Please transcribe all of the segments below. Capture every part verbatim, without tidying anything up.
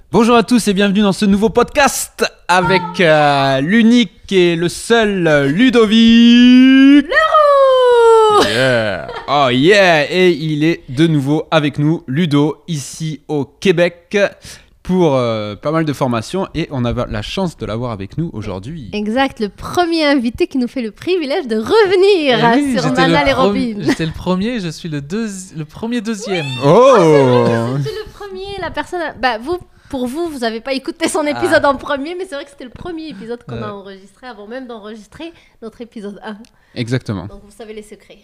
Bonjour à tous et bienvenue dans ce nouveau podcast avec euh, l'unique et le seul euh, Ludovic Leroux. Yeah. Oh yeah. Et il est de nouveau avec nous, Ludo, ici au Québec pour euh, pas mal de formations et on a la chance de l'avoir avec nous aujourd'hui. Exact, le premier invité qui nous fait le privilège de revenir Eh oui, sur Nana et pro- Robin. J'étais le premier, je suis le, deuxi- le premier deuxième. Oh, C'est le premier, la personne... Bah, vous, pour vous, vous n'avez pas écouté son épisode en premier, mais c'est vrai que c'était le premier épisode qu'on Ouais. a enregistré avant même d'enregistrer notre épisode un. Exactement. Donc vous savez les secrets.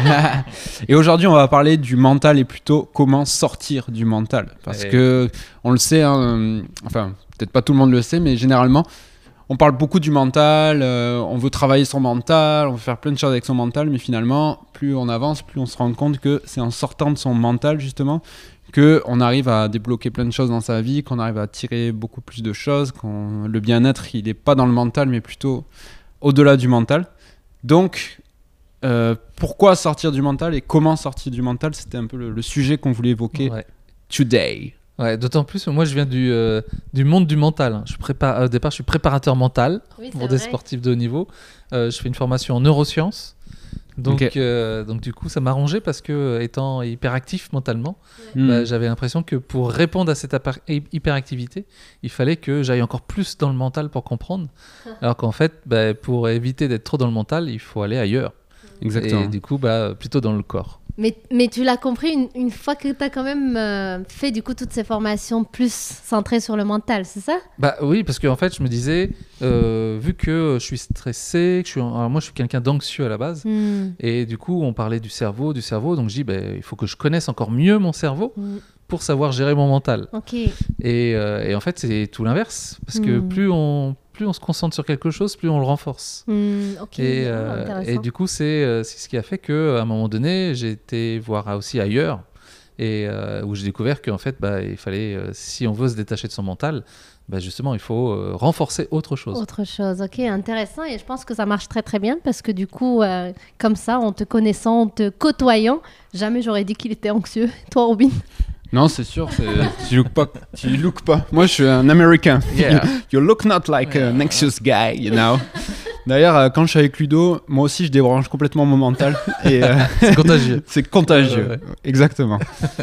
Et aujourd'hui, on va parler du mental et plutôt comment sortir du mental. Parce Et- que, on le sait, hein, euh, enfin, peut-être pas tout le monde le sait, mais généralement, on parle beaucoup du mental, euh, on veut travailler son mental, on veut faire plein de choses avec son mental, mais finalement, plus on avance, plus on se rend compte que c'est en sortant de son mental, justement, qu'on arrive à débloquer plein de choses dans sa vie, qu'on arrive à tirer beaucoup plus de choses, qu'on... le bien-être, il n'est pas dans le mental, mais plutôt au-delà du mental. Donc, euh, pourquoi sortir du mental et comment sortir du mental, c'était un peu le, le sujet qu'on voulait évoquer Ouais. today. Ouais, d'autant plus, moi je viens du, euh, du monde du mental. hein. Je suis prépa- Au départ, je suis préparateur mental Oui, pour c'est des vrai. sportifs de haut niveau. Euh, je fais une formation en neurosciences. Donc, Ok. euh, donc du coup, ça m'a arrangé parce que, euh, étant hyperactif mentalement, Hmm. bah, j'avais l'impression que pour répondre à cette apar- hy- hyperactivité, il fallait que j'aille encore plus dans le mental pour comprendre. Alors qu'en fait, bah, pour éviter d'être trop dans le mental, il faut aller ailleurs. Exactement. Et du coup, bah, plutôt dans le corps. Mais, mais tu l'as compris une, une fois que tu as quand même euh, fait du coup toutes ces formations plus centrées sur le mental, c'est ça? Bah oui, parce qu'en fait, je me disais, euh, vu que je suis stressé, que je suis, alors moi je suis quelqu'un d'anxieux à la base, Hmm. et du coup on parlait du cerveau, du cerveau, donc je dis, bah, il faut que je connaisse encore mieux mon cerveau Hmm. pour savoir gérer mon mental. Ok. Et, euh, et en fait, c'est tout l'inverse, parce que Hmm. plus on, plus on se concentre sur quelque chose, plus on le renforce. Hmm, ok. Et, Ah, euh, intéressant. et du coup, c'est euh, c'est ce qui a fait qu'à un moment donné, j'ai été voir aussi ailleurs, et euh, où j'ai découvert qu'en fait, bah, il fallait, euh, si on veut se détacher de son mental, bah, justement, il faut euh, renforcer autre chose. Autre chose, ok, intéressant. Et je pense que ça marche très très bien parce que du coup, euh, comme ça, en te connaissant, en te côtoyant, jamais j'aurais dit qu'il était anxieux. Toi, Robin? Non, c'est sûr, c'est... tu look pas. Tu look pas. Moi, je suis un Américain. Yeah. You look not like an anxious guy, you know. D'ailleurs, euh, quand je suis avec Ludo, moi aussi, je débranche complètement mon mental. Et euh, C'est contagieux. c'est contagieux. Ouais, ouais. Exactement.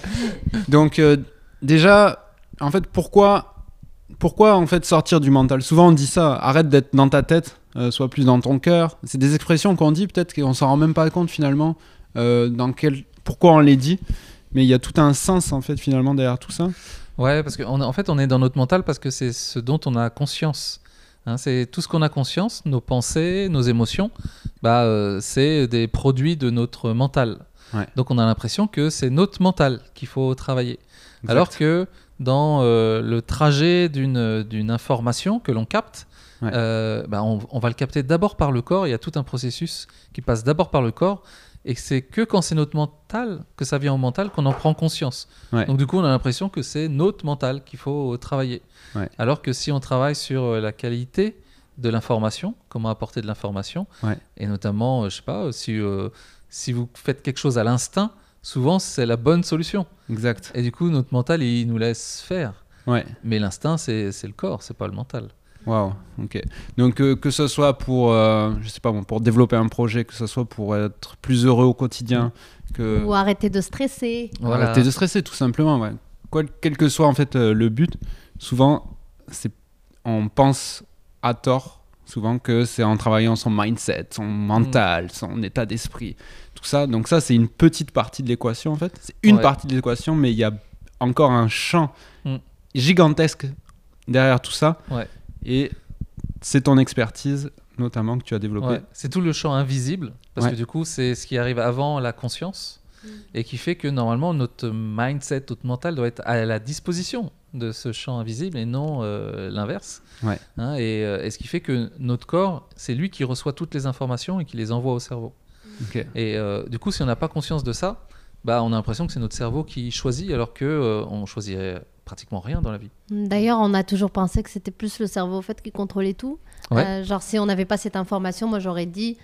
Donc, euh, déjà, en fait, pourquoi, pourquoi en fait sortir du mental? Souvent, on dit ça. Arrête d'être dans ta tête, euh, sois plus dans ton cœur. C'est des expressions qu'on dit, peut-être qu'on s'en rend même pas compte finalement. Euh, dans quel, pourquoi on les dit? Mais il y a tout un sens en fait finalement derrière tout ça. Ouais, parce qu'en en fait, on est dans notre mental parce que c'est ce dont on a conscience. Hein, c'est tout ce qu'on a conscience, nos pensées, nos émotions, bah, euh, c'est des produits de notre mental. Ouais. Donc on a l'impression que c'est notre mental qu'il faut travailler. Exact. Alors que dans euh, le trajet d'une, d'une information que l'on capte, Ouais. euh, bah, on, on va le capter d'abord par le corps. Il y a tout un processus qui passe d'abord par le corps. Et c'est que quand c'est notre mental, que ça vient au mental, qu'on en prend conscience. Ouais. Donc du coup, on a l'impression que c'est notre mental qu'il faut travailler. Ouais. Alors que si on travaille sur euh, la qualité de l'information, comment apporter de l'information, Ouais. et notamment, euh, je sais pas, si, euh, si vous faites quelque chose à l'instinct, souvent c'est la bonne solution. Exact. Et du coup, notre mental, il nous laisse faire. Ouais. Mais l'instinct, c'est, c'est le corps, c'est pas le mental. Waouh. Ok. Donc euh, que ce soit pour, euh, je sais pas, bon, pour développer un projet, que ce soit pour être plus heureux au quotidien, que Ou arrêter de stresser. Voilà. arrêter de stresser tout simplement. Ouais. Quoi, quel que soit en fait euh, le but, souvent c'est, on pense à tort souvent que c'est en travaillant son mindset, son mental, son état d'esprit, tout ça. Donc ça c'est une petite partie de l'équation en fait. C'est une Ouais. partie de l'équation, mais il y a encore un champ Mm. gigantesque derrière tout ça. Ouais. Et c'est ton expertise notamment que tu as développée. Ouais, c'est tout le champ invisible, parce Ouais. que du coup, c'est ce qui arrive avant la conscience, et qui fait que normalement, notre mindset, notre mental doit être à la disposition de ce champ invisible, et non euh, l'inverse. Ouais. Hein, et, euh, et ce qui fait que notre corps, c'est lui qui reçoit toutes les informations et qui les envoie au cerveau. Ok. Et euh, du coup, si on n'a pas conscience de ça, bah, on a l'impression que c'est notre cerveau qui choisit, alors qu'on euh, on choisirait pratiquement rien dans la vie. D'ailleurs, on a toujours pensé que c'était plus le cerveau en fait, qui contrôlait tout. Ouais. Euh, genre, si on n'avait pas cette information, moi j'aurais dit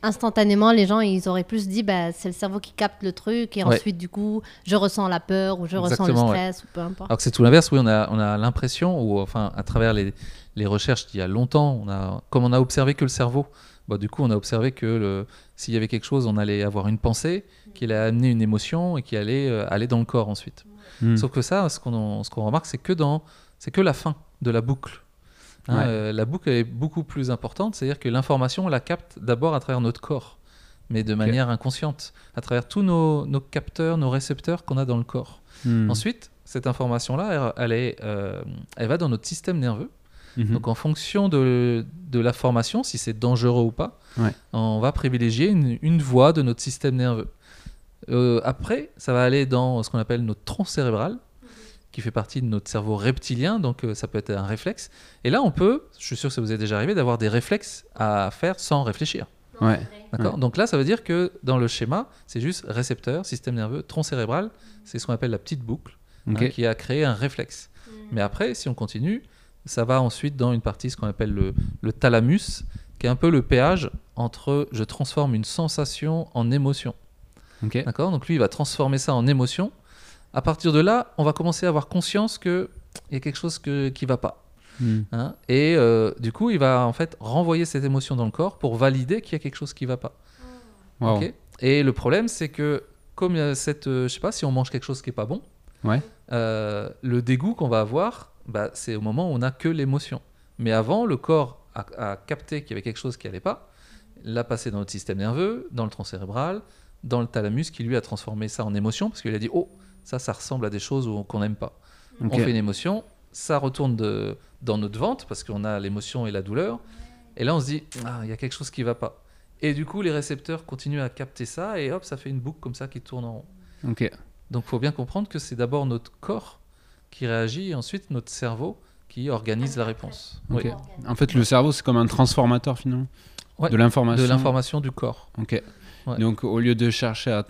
instantanément, les gens, ils auraient plus dit, bah, c'est le cerveau qui capte le truc, et Ouais. ensuite, du coup, je ressens la peur, ou je ressens le Exactement, stress, ou peu importe. Alors que c'est tout l'inverse, oui, on a, on a l'impression, ou enfin, à travers les, les recherches d'il y a longtemps, on a, comme on a observé que le cerveau, bah, du coup, on a observé que le, s'il y avait quelque chose, on allait avoir une pensée, qui allait amener une émotion et qui allait euh, aller dans le corps ensuite. Mm. Sauf que ça, ce qu'on, ce qu'on remarque, c'est que, dans, c'est que la fin de la boucle. Hein, Ouais. euh, la boucle est beaucoup plus importante, c'est-à-dire que l'information, on la capte d'abord à travers notre corps, mais de manière inconsciente, à travers tous nos, nos capteurs, nos récepteurs qu'on a dans le corps. Mm. Ensuite, cette information-là, elle, elle, est, euh, elle va dans notre système nerveux. Mhm. Donc, en fonction de, de la formation, si c'est dangereux ou pas, Ouais. on va privilégier une, une voie de notre système nerveux. Euh, après, ça va aller dans ce qu'on appelle notre tronc cérébral, qui fait partie de notre cerveau reptilien, donc euh, ça peut être un réflexe. Et là, on peut, je suis sûr que ça vous est déjà arrivé, d'avoir des réflexes à faire sans réfléchir. Ouais. D'accord. Ouais. Donc là, ça veut dire que dans le schéma, c'est juste récepteur, système nerveux, tronc cérébral, c'est ce qu'on appelle la petite boucle, Ok. hein, qui a créé un réflexe. Mais après, si on continue, ça va ensuite dans une partie, ce qu'on appelle le, le thalamus, qui est un peu le péage entre je transforme une sensation en émotion. Ok. D'accord. Donc lui, il va transformer ça en émotion. À partir de là, on va commencer à avoir conscience qu'il y a quelque chose que, qui ne va pas. Mm. Hein. Et euh, du coup, il va en fait renvoyer cette émotion dans le corps pour valider qu'il y a quelque chose qui ne va pas. Wow. Ok. Et le problème, c'est que comme il y a cette, euh, je sais pas, si on mange quelque chose qui est pas bon, Ouais. euh, le dégoût qu'on va avoir, bah, c'est au moment où on n'a que l'émotion. Mais avant, le corps a, a capté qu'il y avait quelque chose qui allait pas, l'a passé dans notre système nerveux, dans le tronc cérébral, dans le thalamus, qui lui a transformé ça en émotion parce qu'il a dit oh, ça, ça ressemble à des choses où- qu'on n'aime pas. Ok. On fait une émotion, ça retourne de, dans notre ventre parce qu'on a l'émotion et la douleur. Et là, on se dit, ah, il y a quelque chose qui ne va pas. Et du coup, les récepteurs continuent à capter ça et hop, ça fait une boucle comme ça qui tourne en rond. Ok. Donc, il faut bien comprendre que c'est d'abord notre corps qui réagit et ensuite notre cerveau qui organise la réponse. Ok. Oui. En fait, le cerveau, c'est comme un transformateur finalement. Ouais. De l'information. De l'information du corps. Ok. Ouais. Donc, au lieu de chercher à,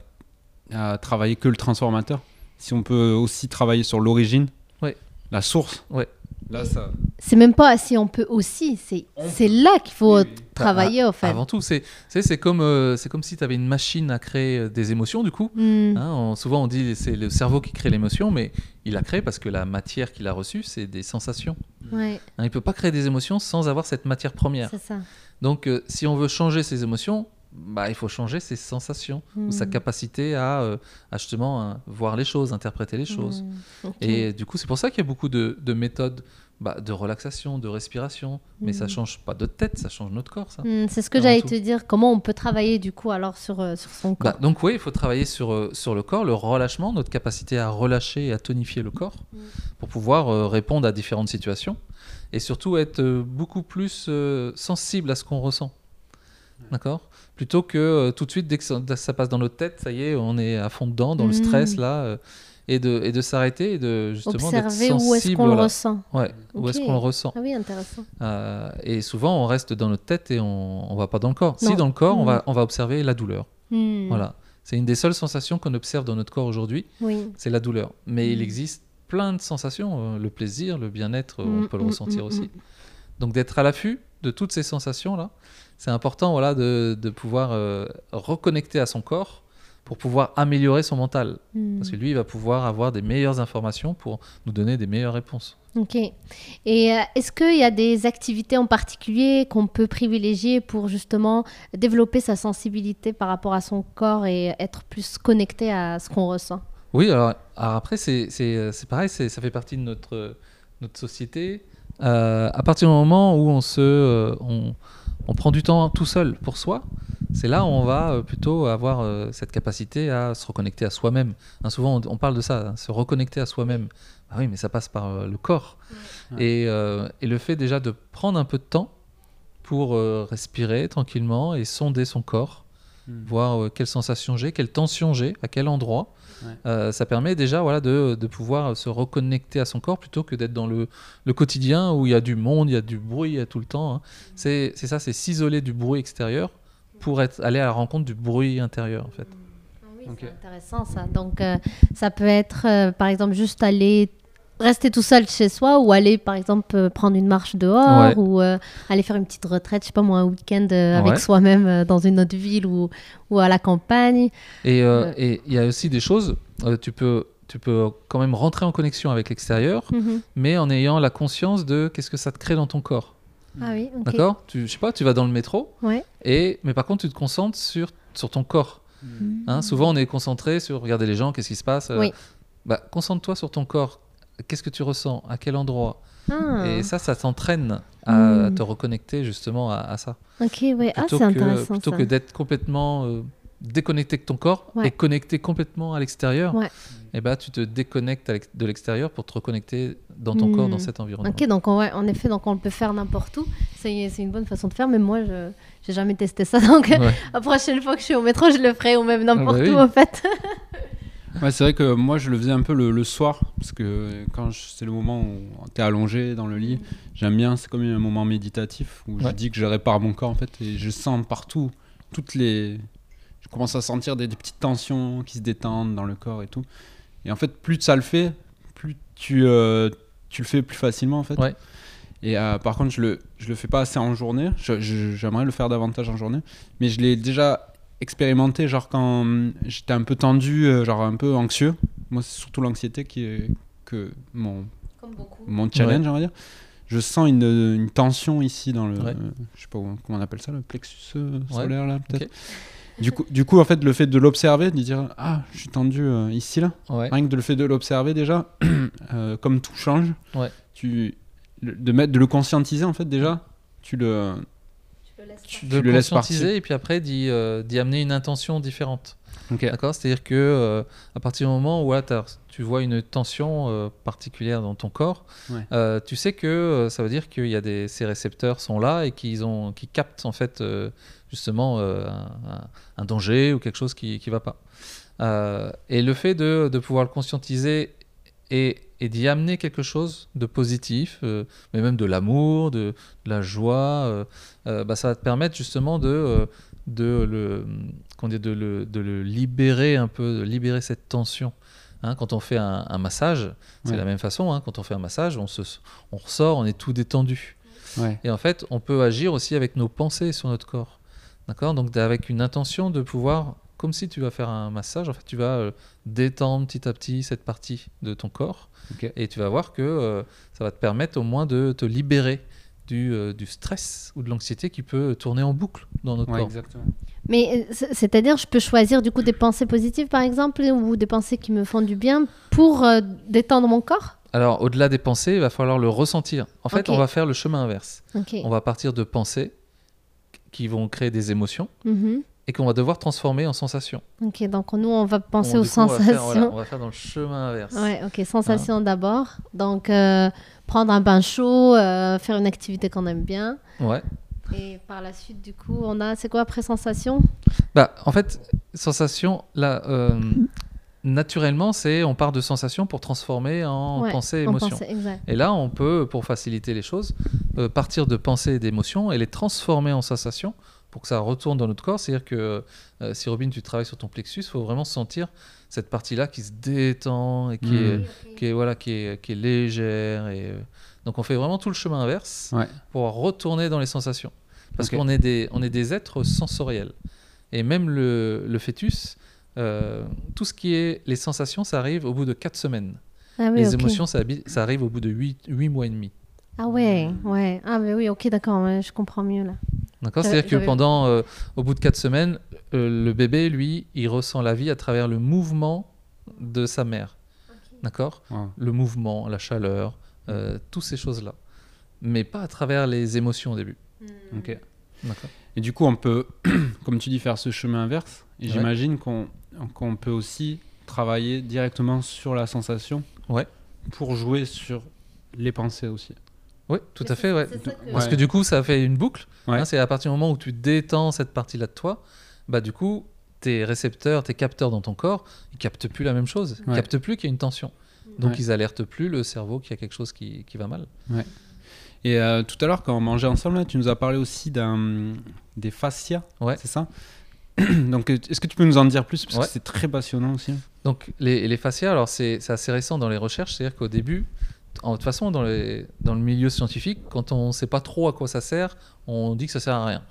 à travailler que le transformateur, si on peut aussi travailler sur l'origine, Ouais. la source. Ouais. Là, ça. C'est même pas si on peut aussi, c'est On c'est là qu'il faut Oui, oui. travailler, au fait. Avant tout, c'est, c'est, c'est, comme, euh, c'est comme si tu avais une machine à créer euh, des émotions, du coup. Hmm. Hein, on- souvent, on dit c'est le cerveau qui crée l'émotion, mais il la crée parce que la matière qu'il a reçue, c'est des sensations. Ouais, Hein, il ne peut pas créer des émotions sans avoir cette matière première. c'est ça. Donc, euh, si on veut changer ses émotions, bah, il faut changer ses sensations ou sa Hmm. capacité à, euh, à justement hein, voir les choses, interpréter les choses. Hmm. Ok. Et du coup, c'est pour ça qu'il y a beaucoup de, de méthodes bah, de relaxation, de respiration, mais ça Mhm. change pas notre tête, ça change notre corps, ça. Hmm, c'est ce que Avant j'allais tout. te dire. Comment on peut travailler du coup alors sur, euh, sur son corps? Bah, donc oui, il faut travailler sur, euh, sur le corps, le relâchement, notre capacité à relâcher et à tonifier le corps Mm. pour pouvoir euh, répondre à différentes situations et surtout être euh, beaucoup plus euh, sensible à ce qu'on ressent. D'accord. Plutôt que euh, tout de suite, dès que ça, ça passe dans notre tête, ça y est, on est à fond dedans, dans le Mm. stress là, euh, et, de, et de s'arrêter et de justement d'être Observer sensible. où est-ce qu'on le voilà. ressent. Ouais, où est-ce Ok. qu'on le ressent. Ah oui, intéressant. Euh, et souvent, on reste dans notre tête et on ne va pas dans le corps. Si, Non. dans le corps, on, Mm. va, on va observer la douleur. Hmm. Voilà. C'est une des seules sensations qu'on observe dans notre corps aujourd'hui, Oui. c'est la douleur. Mais Mm. il existe plein de sensations, euh, le plaisir, le bien-être, euh, on Mm, peut le mm, ressentir mm, aussi. mm. Donc d'être à l'affût de toutes ces sensations-là, c'est important voilà, de, de pouvoir euh, reconnecter à son corps pour pouvoir améliorer son mental. Hmm. Parce que lui, il va pouvoir avoir des meilleures informations pour nous donner des meilleures réponses. Ok. Et euh, est-ce qu'il y a des activités en particulier qu'on peut privilégier pour justement développer sa sensibilité par rapport à son corps et être plus connecté à ce qu'on ressent? Oui, alors, alors après, c'est, c'est, euh, c'est pareil, c'est, ça fait partie de notre, euh, notre société. Euh, à partir du moment où on, se, euh, on, on prend du temps tout seul pour soi, c'est là où on va euh, plutôt avoir euh, cette capacité à se reconnecter à soi-même. Hein, souvent, on, on parle de ça, hein, se reconnecter à soi-même. Ah oui, mais ça passe par euh, le corps. Ouais. Et, euh, et le fait déjà de prendre un peu de temps pour euh, respirer tranquillement et sonder son corps, Mm. voir euh, quelles sensations j'ai, quelle tension j'ai, à quel endroit. Ouais. Euh, ça permet déjà voilà, de, de pouvoir se reconnecter à son corps plutôt que d'être dans le, le quotidien où il y a du monde, il y a du bruit il y a tout le temps. Hein. C'est, c'est ça, c'est s'isoler du bruit extérieur pour être, aller à la rencontre du bruit intérieur en fait. Ah oui, Ok. c'est intéressant ça. Donc euh, ça peut être euh, par exemple juste aller rester tout seul chez soi ou aller par exemple euh, prendre une marche dehors Ouais. ou euh, aller faire une petite retraite, je sais pas moi, un week-end euh, avec Ouais. soi-même euh, dans une autre ville ou, ou à la campagne. Et euh, Ouais. et il y a aussi des choses, euh, tu peux, tu peux quand même rentrer en connexion avec l'extérieur, Mhm. mais en ayant la conscience de qu'est-ce que ça te crée dans ton corps. Ah oui, ok. D'accord? Tu, je sais pas, tu vas dans le métro, Ouais. et, mais par contre, tu te concentres sur, sur ton corps. Hein, souvent, on est concentré sur regarder les gens, qu'est-ce qui se passe. euh, Oui. bah, concentre-toi sur ton corps. Qu'est-ce que tu ressens? À quel endroit? Ah. Et ça, ça t'entraîne à Mm. te reconnecter justement à, à ça. Ok, ouais. Ah, Plutôt c'est que, intéressant plutôt ça. que d'être complètement euh, déconnecté de ton corps Ouais. et connecté complètement à l'extérieur, Ouais. et bah, tu te déconnectes à l'ex- de l'extérieur pour te reconnecter dans ton Mm. corps, dans cet environnement. Ok, donc on- ouais, en effet, donc on le peut faire n'importe où. C'est c'est une bonne façon de faire, mais moi, je j'ai jamais testé ça. Donc Ouais. la prochaine fois que je suis au métro, je le ferai ou même n'importe Ah bah oui. où en fait. Ouais, c'est vrai que moi je le faisais un peu le, le soir, parce que quand je- c'est le moment où tu es allongé dans le lit, j'aime bien, c'est comme un moment méditatif où je Ouais. dis que je répare mon corps en fait, et je sens partout, toutes les. Je commence à sentir des, des petites tensions qui se détendent dans le corps et tout. Et en fait, plus ça le fait, plus tu, euh, tu le fais plus facilement en fait. Ouais. Et euh, par contre, je le, je le fais pas assez en journée, Je- je- j'aimerais le faire davantage en journée, mais je l'ai déjà expérimenté, genre quand hum, j'étais un peu tendu, euh, genre un peu anxieux. Moi, c'est surtout l'anxiété qui est que mon, Comme beaucoup. mon challenge, on va dire. Je sens une, une tension ici dans le, Ouais. euh, je sais pas où- comment on appelle ça, le plexus euh, Ouais. solaire là, peut-être. Ok. Du coup, du coup, en fait, le fait de l'observer, de dire ah, je suis tendu euh, ici là, Ouais. rien que de le fait de l'observer déjà, euh, comme tout change, Ouais. tu, le- de mettre, de le conscientiser en fait déjà, tu le, tu, De tu le laisses conscientiser partir. et puis après d'y euh, d'y amener une intention différente. Ok. D'accord? C'est-à-dire que euh, à partir du moment où là, t'as- tu vois une tension euh, particulière dans ton corps, Ouais. euh, tu sais que euh, ça veut dire qu'il y a des ces récepteurs sont là et qu'ils ont qui captent en fait euh, justement euh, un, un- un danger ou quelque chose qui qui va pas. Euh, et le fait de, de pouvoir le conscientiser et, et d'y amener quelque chose de positif, euh, mais même de l'amour, de, de la joie, euh, euh, bah, ça va te permettre justement de, euh, de, le, qu'on dit, de, le, de le libérer un peu, de libérer cette tension. Hein, quand on fait un, un massage, c'est Ouais. la même façon. Hein, quand on fait un massage, on, se, on ressort, on est tout détendu. Ouais. Et en fait, on peut agir aussi avec nos pensées sur notre corps. D'accord? Donc, avec une intention de pouvoir, comme si tu vas faire un massage, en fait, tu vas euh, détendre petit à petit cette partie de ton corps. Ok. Et tu vas voir que euh, ça va te permettre au moins de te libérer du, euh, du stress ou de l'anxiété qui peut tourner en boucle dans notre Ouais, corps. exactement. Mais euh, c- c'est-à-dire, je peux choisir du coup des pensées positives par exemple ou des pensées qui me font du bien pour euh, détendre mon corps. Alors, au-delà des pensées, il va falloir le ressentir. En fait, Ok. on va faire le chemin inverse. Ok. On va partir de pensées qui vont créer des émotions Mhm. et qu'on va devoir transformer en sensations. Ok, donc nous on va penser On- aux du coup, on va faire- sensations. voilà, on va faire dans le chemin inverse. Ouais, ok, sensations d'abord. Donc euh, prendre un bain chaud, euh, faire une activité qu'on aime bien. Ouais. Et par la suite, du coup, on a, c'est quoi après sensation? Bah, en fait, sensation, là, euh, naturellement, c'est on part de sensation pour transformer en Ouais, pensée et en émotion. pensée, exact. Et là, on peut, pour faciliter les choses, euh, partir de pensées et d'émotions et les transformer en sensations pour que ça retourne dans notre corps. C'est-à-dire que euh, si Robin, tu travailles sur ton plexus, il faut vraiment sentir cette partie-là qui se détend et qui, Mmh. est, qui, est, voilà, qui, est, qui est légère. Et, euh, donc, on fait vraiment tout le chemin inverse Ouais. pour retourner dans les sensations. Parce Ok. qu'on est des, on est des êtres sensoriels. Et même le, le fœtus, euh, tout ce qui est les sensations, ça arrive au bout de quatre semaines. Ah oui, les ok. émotions, ça, habi- ça arrive au bout de huit mois et demi. Ah ouais, ouais. Ah mais oui, ok, d'accord, ouais, je comprends mieux là. D'accord? J'avais- C'est-à-dire que j'avais- pendant, euh, au bout de quatre semaines, euh, le bébé, lui, il ressent la vie à travers le mouvement de sa mère. D'accord? Wow. Le mouvement, la chaleur, euh, toutes ces choses-là. Mais pas à travers les émotions au début. Ok. D'accord? Et du coup, on peut, comme tu dis, faire ce chemin inverse. Et Ouais. j'imagine qu'on qu'on peut aussi travailler directement sur la sensation Ouais. pour jouer sur les pensées aussi. Oui, tout à fait. Ouais. c'est ça que- Parce Ouais. que du coup, ça fait une boucle. Ouais. Hein, c'est à partir du moment où tu détends cette partie-là de toi, bah du coup, tes récepteurs, tes capteurs dans ton corps, ils captent plus la même chose. Ils Ouais. captent plus qu'il y a une tension. Donc, Ouais. ils alertent plus le cerveau qu'il y a quelque chose qui, qui va mal. Et euh, tout à l'heure, quand on mangeait ensemble, là, tu nous as parlé aussi d'un, des fascias, Ouais. c'est ça? Donc, euh, est-ce que tu peux nous en dire plus? Parce Ouais. que c'est très passionnant aussi. Donc les, les fascias, alors c'est, c'est assez récent dans les recherches, c'est-à-dire qu'au début, en, de toute façon dans, les, dans le milieu scientifique, quand on ne sait pas trop à quoi ça sert, on dit que ça sert à rien.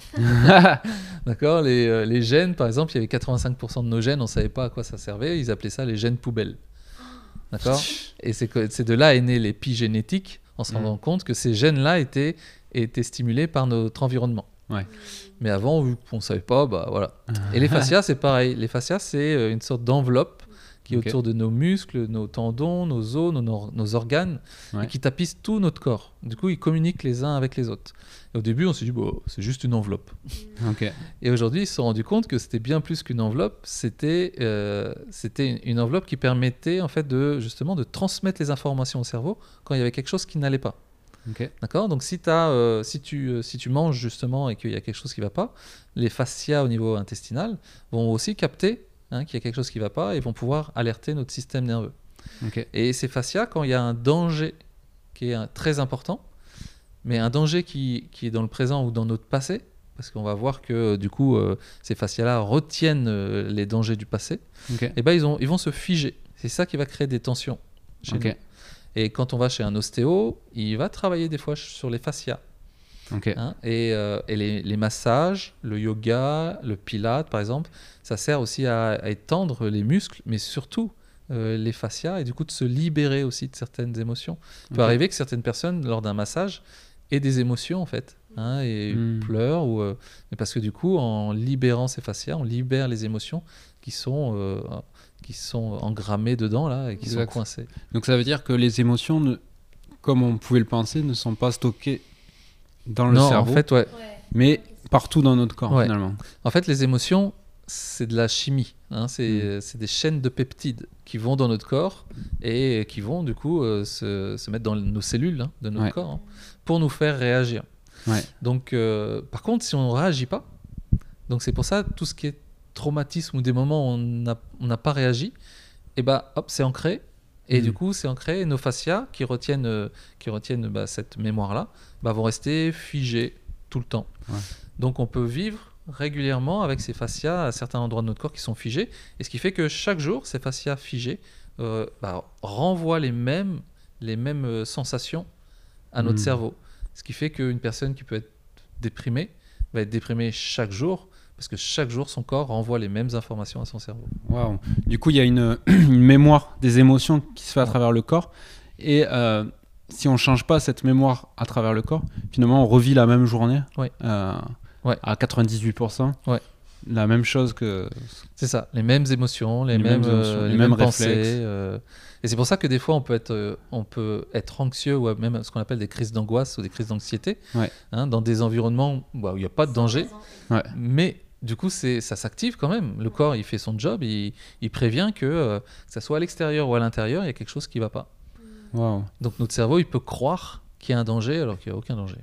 D'accord, les, euh, les gènes, par exemple, il y avait quatre-vingt-cinq pour cent de nos gènes, on ne savait pas à quoi ça servait, ils appelaient ça les gènes poubelles. D'accord. Et c'est, que, c'est de là est né l'épigénétique, en se Mmh. rendant compte que ces gènes-là étaient, étaient stimulés par notre environnement. Ouais. Mais avant, vu qu'on ne savait pas, bah voilà. Et les fascias, c'est pareil. Les fascias, c'est euh, une sorte d'enveloppe qui est Ok. autour de nos muscles, nos tendons, nos os, nos, nos, nos organes, Ouais. et qui tapissent tout notre corps. Du coup, ils communiquent les uns avec les autres. Et au début, on s'est dit, bon, c'est juste une enveloppe. Ok. Et aujourd'hui, ils se sont rendus compte que c'était bien plus qu'une enveloppe. C'était, euh, c'était une enveloppe qui permettait en fait de justement de transmettre les informations au cerveau quand il y avait quelque chose qui n'allait pas. Ok. D'accord. Donc si, t'as, euh, si, tu, euh, si tu manges justement et qu'il y a quelque chose qui ne va pas, les fascias au niveau intestinal vont aussi capter hein, qu'il y a quelque chose qui ne va pas et vont pouvoir alerter notre système nerveux. Ok. Et ces fascias, quand il y a un danger qui est un- très important, mais un danger qui, qui est dans le présent ou dans notre passé, parce qu'on va voir que euh, du coup euh, ces fascias-là retiennent euh, les dangers du passé, Ok. et ben ils, ont, ils vont se figer. C'est ça qui va créer des tensions chez Ok. nous. Et quand on va chez un ostéo, il va travailler des fois sur les fascias. Ok. Hein, et euh, et les, les massages, le yoga, le pilate par exemple, ça sert aussi à, à étendre les muscles, mais surtout euh, les fascias, et du coup de se libérer aussi de certaines émotions. Il peut Ok. arriver que certaines personnes, lors d'un massage, aient des émotions en fait, hein, et Mm. pleurent, ou, euh, mais parce que du coup, en libérant ces fascias, on libère les émotions qui sont, euh, qui sont engrammées dedans là, et qui Exact. sont coincées. Donc ça veut dire que les émotions, ne- comme on pouvait le penser, ne sont pas stockées dans le non, cerveau, en fait, ouais. mais partout dans notre corps Ouais. finalement. En fait, les émotions, c'est de la chimie. Hein, c'est, Mm. c'est des chaînes de peptides qui vont dans notre corps et qui vont du coup euh, se, se mettre dans nos cellules hein, de notre Ouais. corps hein, pour nous faire réagir. Ouais. Donc, euh, par contre, si on ne réagit pas, donc c'est pour ça tout ce qui est traumatisme ou des moments où on n'a on n'a pas réagi, et bah hop, c'est ancré. Et Mm. du coup, c'est ancré. Et nos fascias qui retiennent, euh, qui retiennent bah, cette mémoire-là, bah, vont rester figés tout le temps. Ouais. Donc, on peut vivre régulièrement avec ces fascias à certains endroits de notre corps qui sont figés. Et ce qui fait que chaque jour, ces fascias figés euh, bah, renvoient les mêmes, les mêmes euh, sensations à notre Mm. cerveau. Ce qui fait qu'une personne qui peut être déprimée va être déprimée chaque jour parce que chaque jour, son corps renvoie les mêmes informations à son cerveau. Waouh. Du coup, il y a une, une mémoire des émotions qui se fait à Ouais. travers le corps. Et euh, si on change pas cette mémoire à travers le corps, finalement, on revit la même journée Ouais. euh, Ouais. à quatre-vingt-dix-huit pour cent. Ouais. La même chose que. C'est ça, les mêmes émotions, les, Les mêmes, mêmes émotions, euh, les les mêmes mêmes pensées. réflexes. euh, Et c'est pour ça que des fois, on peut être, euh, on peut être anxieux ou même ce qu'on appelle des crises d'angoisse ou des crises d'anxiété Ouais. hein, dans des environnements bah, où il n'y a pas de danger. Ouais. Mais du coup, c'est, ça s'active quand même. Le corps, il fait son job, il, il prévient que, euh, que ça soit à l'extérieur ou à l'intérieur, il y a quelque chose qui ne va pas. Waouh. Donc notre cerveau, il peut croire qu'il y a un danger alors qu'il n'y a aucun danger.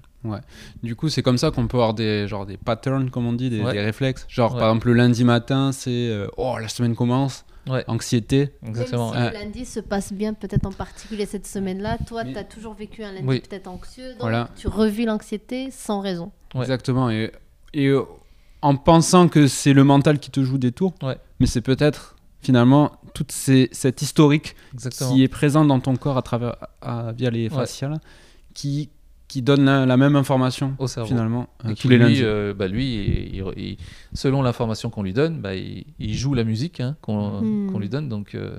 Du coup, c'est comme ça qu'on peut avoir des, genre, des patterns, comme on dit, des, Ouais. des réflexes. Genre, Ouais. par exemple, le lundi matin, c'est euh, oh, la semaine commence, Ouais, anxiété. exactement. Même si Ouais. le lundi se passe bien, peut-être en particulier cette semaine-là, toi, Mais- tu as toujours vécu un lundi Oui. peut-être anxieux, donc Voilà. tu revis l'anxiété sans raison. Ouais. Exactement. Et, et euh, en pensant que c'est le mental qui te joue des tours, Ouais. mais c'est peut-être finalement toute ces, cette historique Exactement. qui est présente dans ton corps à travers, à- via les fascias là, qui, qui donne la, la même information Au cerveau. finalement euh, Et tous qui, les lui, lundis. euh, bah, lui il- il- il- selon l'information qu'on lui donne, bah, il, il joue la musique hein, qu'on, Hmm. qu'on lui donne. Donc, euh,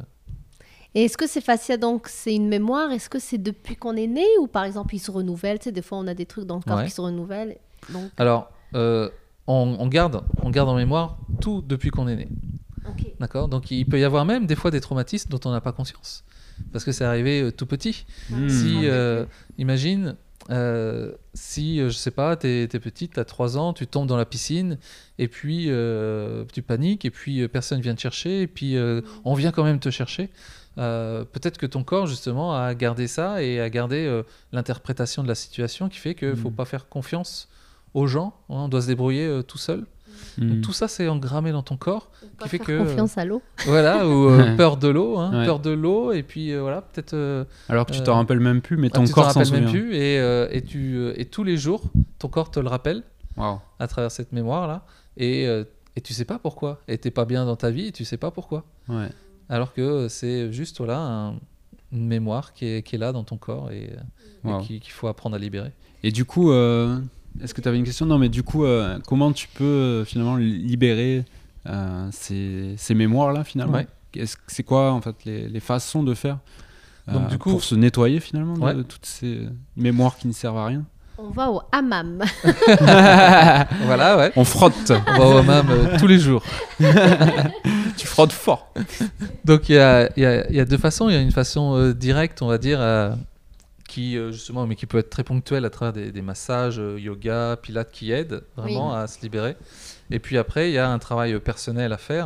Et est-ce que ces fascias, donc, c'est une mémoire? Est-ce que c'est depuis qu'on est né ou par exemple, ils se renouvellent? Tu sais, des fois, on a des trucs dans le corps Ouais. qui se renouvellent. Donc, Alors, euh, on, on garde, on garde en mémoire tout depuis qu'on est né. ok. D'accord. Donc, il peut y avoir même des fois des traumatismes dont on n'a pas conscience. Parce que c'est arrivé euh, tout petit. Hmm. Si, euh, imagine, euh, si, euh, je sais pas, t'es, t'es petite, t'as trois ans, tu tombes dans la piscine, et puis euh, tu paniques, et puis euh, personne vient te chercher, et puis euh, on vient quand même te chercher. Euh, peut-être que ton corps, justement, a gardé ça et a gardé euh, l'interprétation de la situation qui fait qu'il ne faut Mm. pas faire confiance aux gens. Hein, on doit se débrouiller euh, tout seul. Hmm. Donc, tout ça, c'est engrammé dans ton corps. Pas fait faire que- confiance à l'eau. Voilà, ou euh, peur de l'eau, hein, Ouais. peur de l'eau, et puis euh, voilà, peut-être. euh, Alors que tu euh, t'en rappelles même plus, mais ah, ton tu t'en corps s'en rappelles souvient. même plus, et, euh, et, tu, euh, et tous les jours, ton corps te le rappelle Waouh. à travers cette mémoire-là, et, euh, et tu sais pas pourquoi. Et t'es pas bien dans ta vie, et tu sais pas pourquoi. Ouais. alors que c'est juste voilà, un, une mémoire qui est, qui est là dans ton corps et, Wow. et qui- qu'il faut apprendre à libérer. Et du coup, euh, est-ce que tu avais une question? Non, mais du coup, euh, comment tu peux euh, finalement libérer euh, ces, ces mémoires-là finalement? Ouais. Est-ce que c'est quoi en fait les, les façons de faire euh, Donc, du coup- pour se nettoyer finalement de, Ouais. de toutes ces mémoires qui ne servent à rien? On va au hammam. Voilà, ouais. On frotte. On va au hammam euh, tous les jours. Tu frottes fort. Donc il y a, il y a- il y a deux façons. Il y a une façon euh, directe, on va dire, euh, qui euh, justement, mais qui peut être très ponctuelle à travers des, des massages, euh, yoga, pilates qui aident vraiment à se libérer. Et puis après, il y a un travail euh, personnel à faire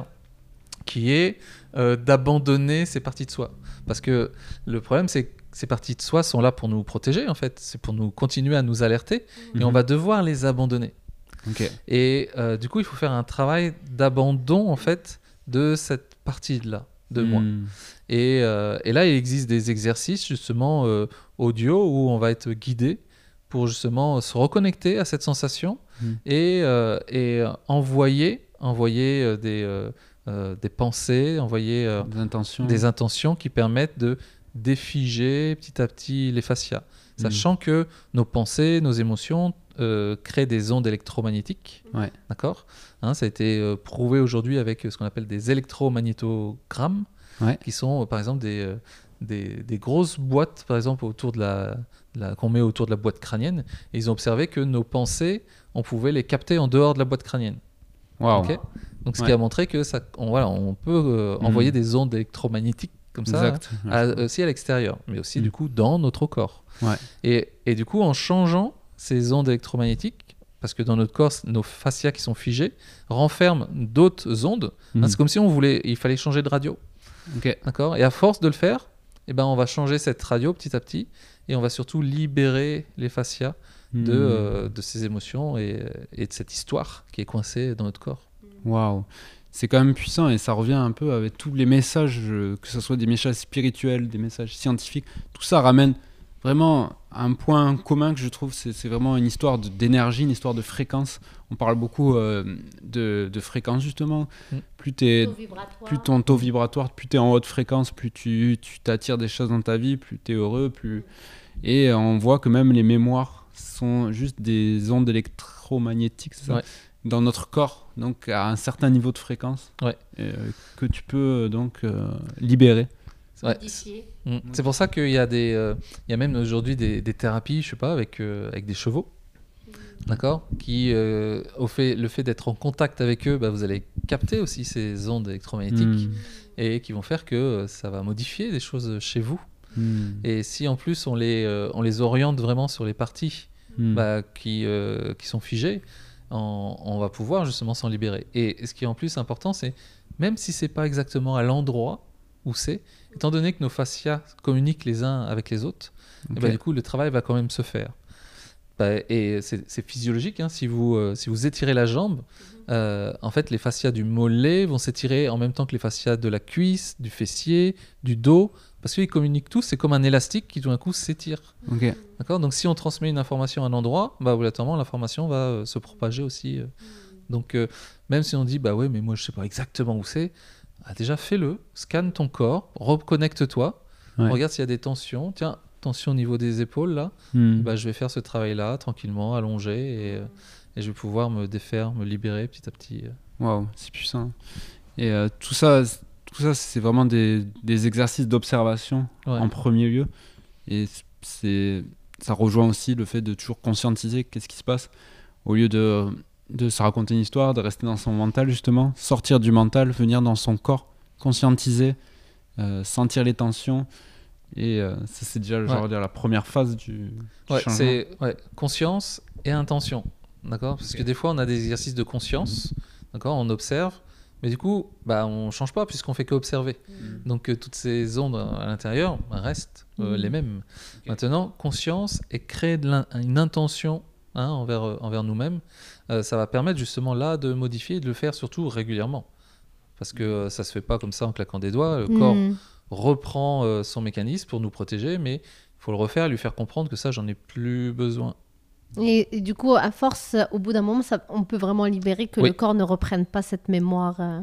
qui est euh, d'abandonner ces parties de soi. Parce que le problème, c'est que ces parties de soi sont là pour nous protéger, en fait. C'est pour nous continuer à nous alerter. Et on va devoir les abandonner. Ok. Et euh, du coup, il faut faire un travail d'abandon, en fait, de cette partie-là de moi. Hmm. Et, euh, et là, il existe des exercices, justement, euh, audio, où on va être guidé pour, justement, se reconnecter à cette sensation Mm. et, euh, et euh, envoyer, envoyer euh, des, euh, euh, des pensées, envoyer euh, Des intentions. des intentions qui permettent de défiger petit à petit les fascias. Sachant que nos pensées, nos émotions euh, créent des ondes électromagnétiques. Ouais. D'accord, hein, ça a été euh, prouvé aujourd'hui avec euh, ce qu'on appelle des électromagnétogrammes, Ouais. qui sont euh, par exemple des, euh, des, des grosses boîtes, par exemple, autour de la, de la- qu'on met autour de la boîte crânienne. Et ils ont observé que nos pensées, on pouvait les capter en dehors de la boîte crânienne. Waouh. Ok. Donc ce Ouais. qui a montré que ça, on, voilà, on peut euh, Mhm. envoyer des ondes électromagnétiques comme ça, Exact. hein, à- aussi à l'extérieur, mais aussi Mhm. du coup dans notre corps. Ouais. Et, et du coup, en changeant ces ondes électromagnétiques, parce que dans notre corps, nos fascias qui sont figés renferment d'autres ondes. Mhm. Hein, c'est comme si on voulait, il fallait changer de radio, Ok. d'accord. Et à force de le faire, eh ben, on va changer cette radio petit à petit, et on va surtout libérer les fascias de, Hmm. euh, de ces émotions et, et de cette histoire qui est coincée dans notre corps. Waouh. C'est quand même puissant et ça revient un peu avec tous les messages, euh, que ce soit des messages spirituels, des messages scientifiques. Tout ça ramène vraiment à un point commun que je trouve, c'est c'est vraiment une histoire de- d'énergie, une histoire de fréquence. On parle beaucoup euh, de, de fréquence justement. Mm. Plus, t'es- Taux vibratoire. plus ton taux vibratoire, plus tu es en haute fréquence, plus tu tu t'attires des choses dans ta vie, plus tu es heureux. Plus... Et euh, on voit que même les mémoires sont juste des ondes électromagnétiques, c'est ça Ouais. dans notre corps, donc à un certain niveau de fréquence, Ouais. euh, que tu peux euh, donc euh, libérer. Ouais. Modifié. Mm. C'est pour ça qu'il y a des, euh, il y a même aujourd'hui des, des thérapies, je sais pas, avec euh, avec des chevaux, d'accord, qui euh, au fait le fait d'être en contact avec eux, bah, vous allez capter aussi ces ondes électromagnétiques Hmm. et qui vont faire que euh, ça va modifier des choses chez vous. Hmm. Et si en plus on les euh, on les oriente vraiment sur les parties Hmm. bah, qui euh, qui sont figées, on, on va pouvoir justement s'en libérer. Et ce qui est en plus important, c'est même si c'est pas exactement à l'endroit où c'est, étant donné que nos fascias communiquent les uns avec les autres, Ok. et bah, du coup le travail va quand même se faire. Bah, et c'est c'est physiologique, hein, si vous euh, si vous étirez la jambe, euh, en fait les fascias du mollet vont s'étirer en même temps que les fascias de la cuisse, du fessier, du dos, parce qu'ils communiquent tous. C'est comme un élastique qui tout d'un coup s'étire. Ok. D'accord. Donc si on transmet une information à un endroit, bah obligatoirement l'information va euh, se propager aussi. euh. Donc euh, même si on dit bah ouais mais moi je sais pas exactement où c'est, ah, déjà fais-le, scanne ton corps, reconnecte-toi, Ouais. regarde s'il y a des tensions. Tiens, tension au niveau des épaules là. Hmm. Bah, je vais faire ce travail-là tranquillement, allongé, et, euh, et je vais pouvoir me défaire, me libérer petit à petit. Waouh, c'est puissant. Et euh, tout ça, c- tout ça, c'est vraiment des, des exercices d'observation Ouais. en premier lieu. Et c'est, ça rejoint aussi le fait de toujours conscientiser qu'est-ce qui se passe au lieu de, de se raconter une histoire, de rester dans son mental justement, sortir du mental, venir dans son corps, conscientiser, euh, sentir les tensions. Et euh, ça, c'est déjà Ouais. genre, dire, la première phase du, du Ouais, changement. c'est ouais, conscience et intention. D'accord. Parce que des fois, on a des exercices de conscience. D'accord. On observe. Mais du coup, bah, on ne change pas puisqu'on fait qu'observer. Donc, euh, toutes ces ondes à l'intérieur bah, restent euh, Mhm. les mêmes. Maintenant, conscience et créer de l'in- une intention hein, envers, euh, envers nous-mêmes, euh, ça va permettre justement là de modifier et de le faire surtout régulièrement. Parce que euh, ça ne se fait pas comme ça en claquant des doigts. Le corps Hmm. reprend euh, son mécanisme pour nous protéger, mais il faut le refaire, lui faire comprendre que ça, j'en ai plus besoin. Et, et du coup, à force, au bout d'un moment, ça, on peut vraiment libérer que Oui. le corps ne reprenne pas cette mémoire. euh. Oui.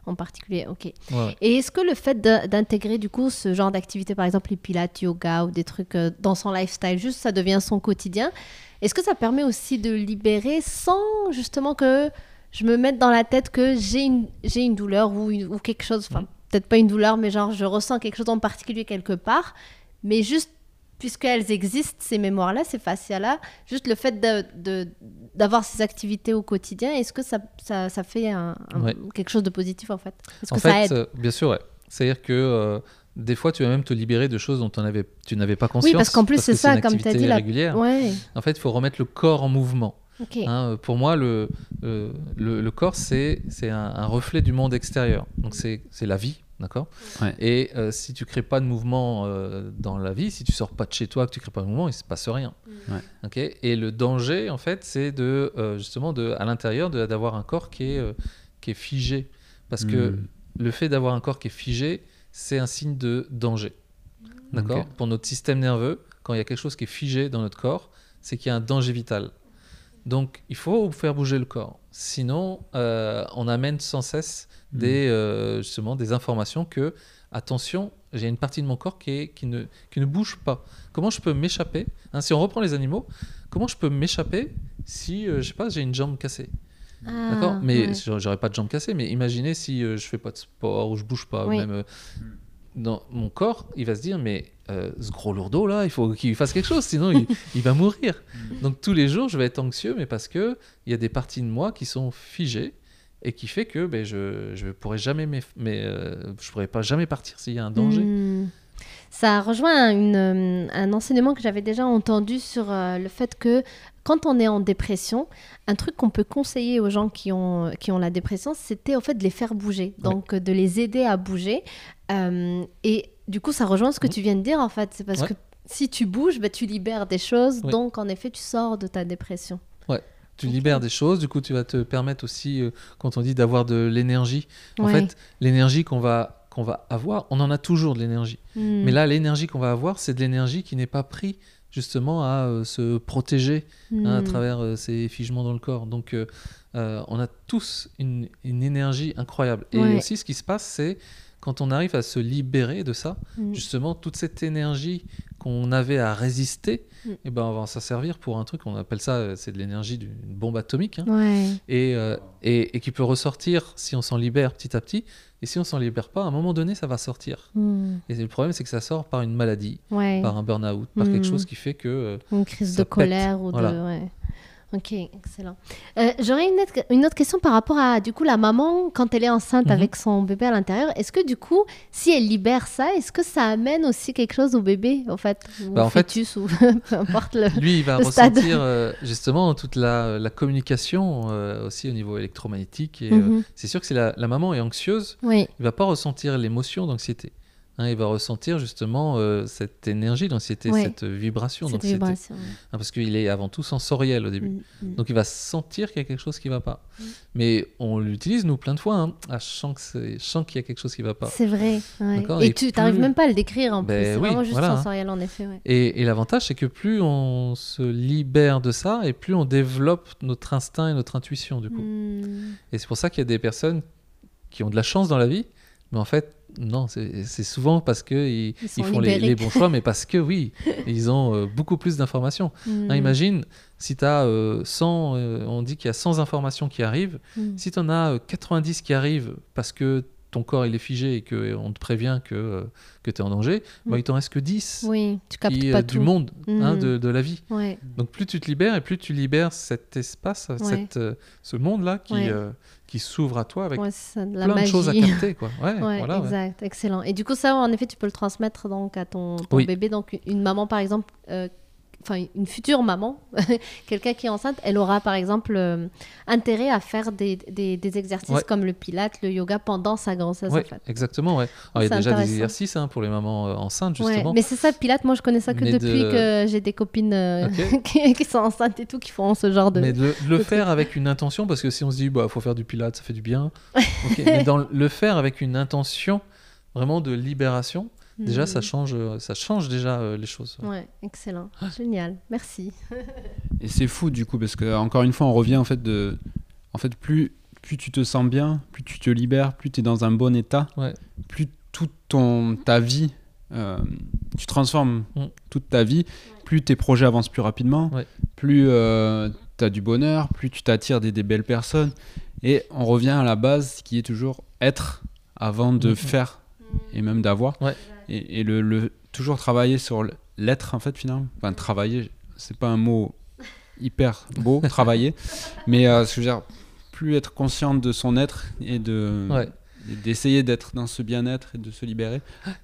en particulier. Ok. Ouais, ouais. Et est-ce que le fait de- d'intégrer du coup ce genre d'activité, par exemple les pilates, yoga ou des trucs euh, dans son lifestyle, juste ça devient son quotidien, est-ce que ça permet aussi de libérer sans justement que je me mette dans la tête que j'ai une, j'ai une douleur ou, une- ou quelque chose, enfin Mhm. peut-être pas une douleur, mais genre je ressens quelque chose en particulier quelque part, mais juste puisqu'elles existent, ces mémoires-là, ces fascias-là, juste le fait de, de- d'avoir ces activités au quotidien, est-ce que ça, ça, ça fait un, un- Ouais. quelque chose de positif en fait? Est-ce En que ça fait, aide? euh, bien sûr, ouais. C'est-à-dire que euh, des fois, tu vas même te libérer de choses dont on avait, tu n'avais pas conscience. Oui, parce qu'en plus, c'est que ça, une comme tu as activité dit. La... régulière. Ouais, En fait, il faut remettre le corps en mouvement. ok. Hein, euh, pour moi, le, euh, le, le corps, c'est, c'est un, un reflet du monde extérieur. Donc, c'est, c'est la vie, d'accord. Ouais. Et euh, si tu crées pas de mouvement euh, dans la vie, si tu sors pas de chez toi, que tu crées pas de mouvement, il se passe rien. Ouais. Ok. Et le danger, en fait, c'est de euh, justement de, à l'intérieur de, d'avoir un corps qui est, euh, qui est figé. Parce que Mm. le fait d'avoir un corps qui est figé, c'est un signe de danger. D'accord. Ok. Pour notre système nerveux, quand il y a quelque chose qui est figé dans notre corps, c'est qu'il y a un danger vital. Donc, il faut faire bouger le corps. Sinon, euh, on amène sans cesse des, euh, justement, des informations que, attention, j'ai une partie de mon corps qui, est, qui, ne, qui ne bouge pas. Comment je peux m'échapper, hein, si on reprend les animaux, comment je peux m'échapper si, euh, je sais pas, j'ai une jambe cassée. Ah, D'accord. Mais ouais. j'aurais j'aurais pas de jambe cassée. Mais imaginez si euh, je fais pas de sport ou je bouge pas, Oui. même euh, dans mon corps, il va se dire mais euh, ce gros lourdeau là, il faut qu'il fasse quelque chose, sinon il, il va mourir. Donc tous les jours, je vais être anxieux, mais parce que il y a des parties de moi qui sont figées et qui fait que ben, je je pourrais jamais m'eff- mais euh, je pourrais pas jamais partir s'il y a un danger. Hmm. Ça rejoint une, euh, un enseignement que j'avais déjà entendu sur euh, le fait que quand on est en dépression, un truc qu'on peut conseiller aux gens qui ont, qui ont la dépression, c'était au fait de les faire bouger, donc euh, de les aider à bouger. Euh, et du coup, ça rejoint ce que Mhm. tu viens de dire en fait, c'est parce Ouais. que si tu bouges, bah, tu libères des choses, Oui. donc en effet, tu sors de ta dépression. Tu Ok. libères des choses, du coup tu vas te permettre aussi, euh, quand on dit d'avoir de l'énergie, en Ouais. fait l'énergie qu'on va, qu'on va avoir, on en a toujours de l'énergie. Hmm. Mais là, l'énergie qu'on va avoir, c'est de l'énergie qui n'est pas prise justement à euh, se protéger hein, à Hmm. travers euh, ces figements dans le corps. Donc, euh, euh, on a tous une, une énergie incroyable. Et Ouais. aussi, ce qui se passe, c'est quand on arrive à se libérer de ça, Hmm. justement, toute cette énergie qu'on avait à résister, Mm. eh ben, on va s'en servir pour un truc, on appelle ça, euh, c'est de l'énergie d'une bombe atomique. hein. Ouais. Et, euh, et, et qui peut ressortir si on s'en libère petit à petit. Et si on s'en libère pas, à un moment donné, ça va sortir. Hmm. Et le problème, c'est que ça sort par une maladie, Ouais. par un burn-out, par quelque Mm. chose qui fait que... euh, Une crise Ça de colère pète, ou voilà. de... Ouais. Ok, excellent. Euh, j'aurais une autre, une autre question par rapport à, du coup, la maman, quand elle est enceinte Mhm. avec son bébé à l'intérieur. Est-ce que, du coup, si elle libère ça, est-ce que ça amène aussi quelque chose au bébé, en fait, ou Bah, au en fait- fœtus, ou peu importe le... lui, il va le stade. ressentir euh, justement toute la, la communication euh, aussi au niveau électromagnétique. Et, euh, Mhm. c'est sûr que si la, la maman est anxieuse, Oui, il va pas ressentir l'émotion d'anxiété. Hein, il va ressentir justement euh, cette énergie d'anxiété, Ouais. cette vibration cette d'anxiété. vibration. Hein, parce qu'il est avant tout sensoriel au début. Mm, mm. Donc il va sentir qu'il y a quelque chose qui va pas. Mm. Mais on l'utilise nous plein de fois. Hein. Ah, je sens que c'est- je sens qu'il y a quelque chose qui va pas. C'est vrai. Ouais. D'accord, Et, et tu n'arrives plus- même pas à le décrire en Ben plus. C'est oui, vraiment juste voilà, hein. sensoriel, en effet. Ouais. Et, et l'avantage, c'est que plus on se libère de ça, et plus on développe notre instinct et notre intuition du coup. Mm. Et c'est pour ça qu'il y a des personnes qui ont de la chance dans la vie, mais en fait, non, c'est c'est souvent parce qu'ils Ils sont ils font les, libérés. les bons choix, mais parce que oui, ils ont euh, beaucoup plus d'informations. Mm. Hein, imagine, si tu as cent, euh, on dit qu'il y a cent informations qui arrivent, Mm. si tu en as euh, quatre-vingt-dix qui arrivent parce que ton corps il est figé et qu'on te prévient que, euh, que tu es en danger, Mm. bah, il t'en reste que dix Oui, tu captes qui, pas euh, tout. du monde, hein, Mm. de, de la vie. Ouais. Donc plus tu te libères et plus tu libères cet espace, cette, euh, ce monde-là qui, Ouais. euh, qui s'ouvre à toi avec Ouais, c'est ça, de la plein magie. de choses à capter. Quoi. Ouais, Ouais, voilà, ouais. exact, excellent. Et du coup, ça, en effet, tu peux le transmettre donc à ton, ton Oui. bébé. Donc, une maman, par exemple, euh, enfin, une future maman, quelqu'un qui est enceinte, elle aura, par exemple, euh, intérêt à faire des, des, des exercices Ouais. comme le pilate, le yoga pendant sa grossesse, Ouais, en fait. exactement. Ouais. Alors, il y C'est a déjà des intéressant. exercices hein, pour les mamans euh, enceintes, Ouais, justement. mais c'est ça, pilate, moi, je connais ça que Mais depuis de- que j'ai des copines euh, Ok. qui, qui sont enceintes et tout, qui font ce genre de... Mais de, de le de faire avec une intention, parce que si on se dit, bah, faut faire du pilate, ça fait du bien. Ok, mais dans le- le faire avec une intention vraiment de libération, déjà, Mm. ça change, euh, ça change déjà euh, les choses. Ouais, excellent. Génial, merci. Et c'est fou du coup parce que encore une fois on revient en fait de, en fait plus plus tu te sens bien, plus tu te libères, plus tu es dans un bon état, Ouais. plus toute ton, ta vie, euh, tu transformes Mm. toute ta vie, plus tes projets avancent plus rapidement, Ouais. plus euh, tu as du bonheur, plus tu t'attires des, des belles personnes. Et on revient à la base qui est toujours être avant de Mm. faire et même d'avoir. Ouais. Et, et le, le, toujours travailler sur l'être en fait finalement. Enfin travailler, c'est pas un mot hyper beau, travailler, mais euh, ce que je veux dire, plus être consciente de son être et de Ouais. et d'essayer d'être dans ce bien-être et de se libérer.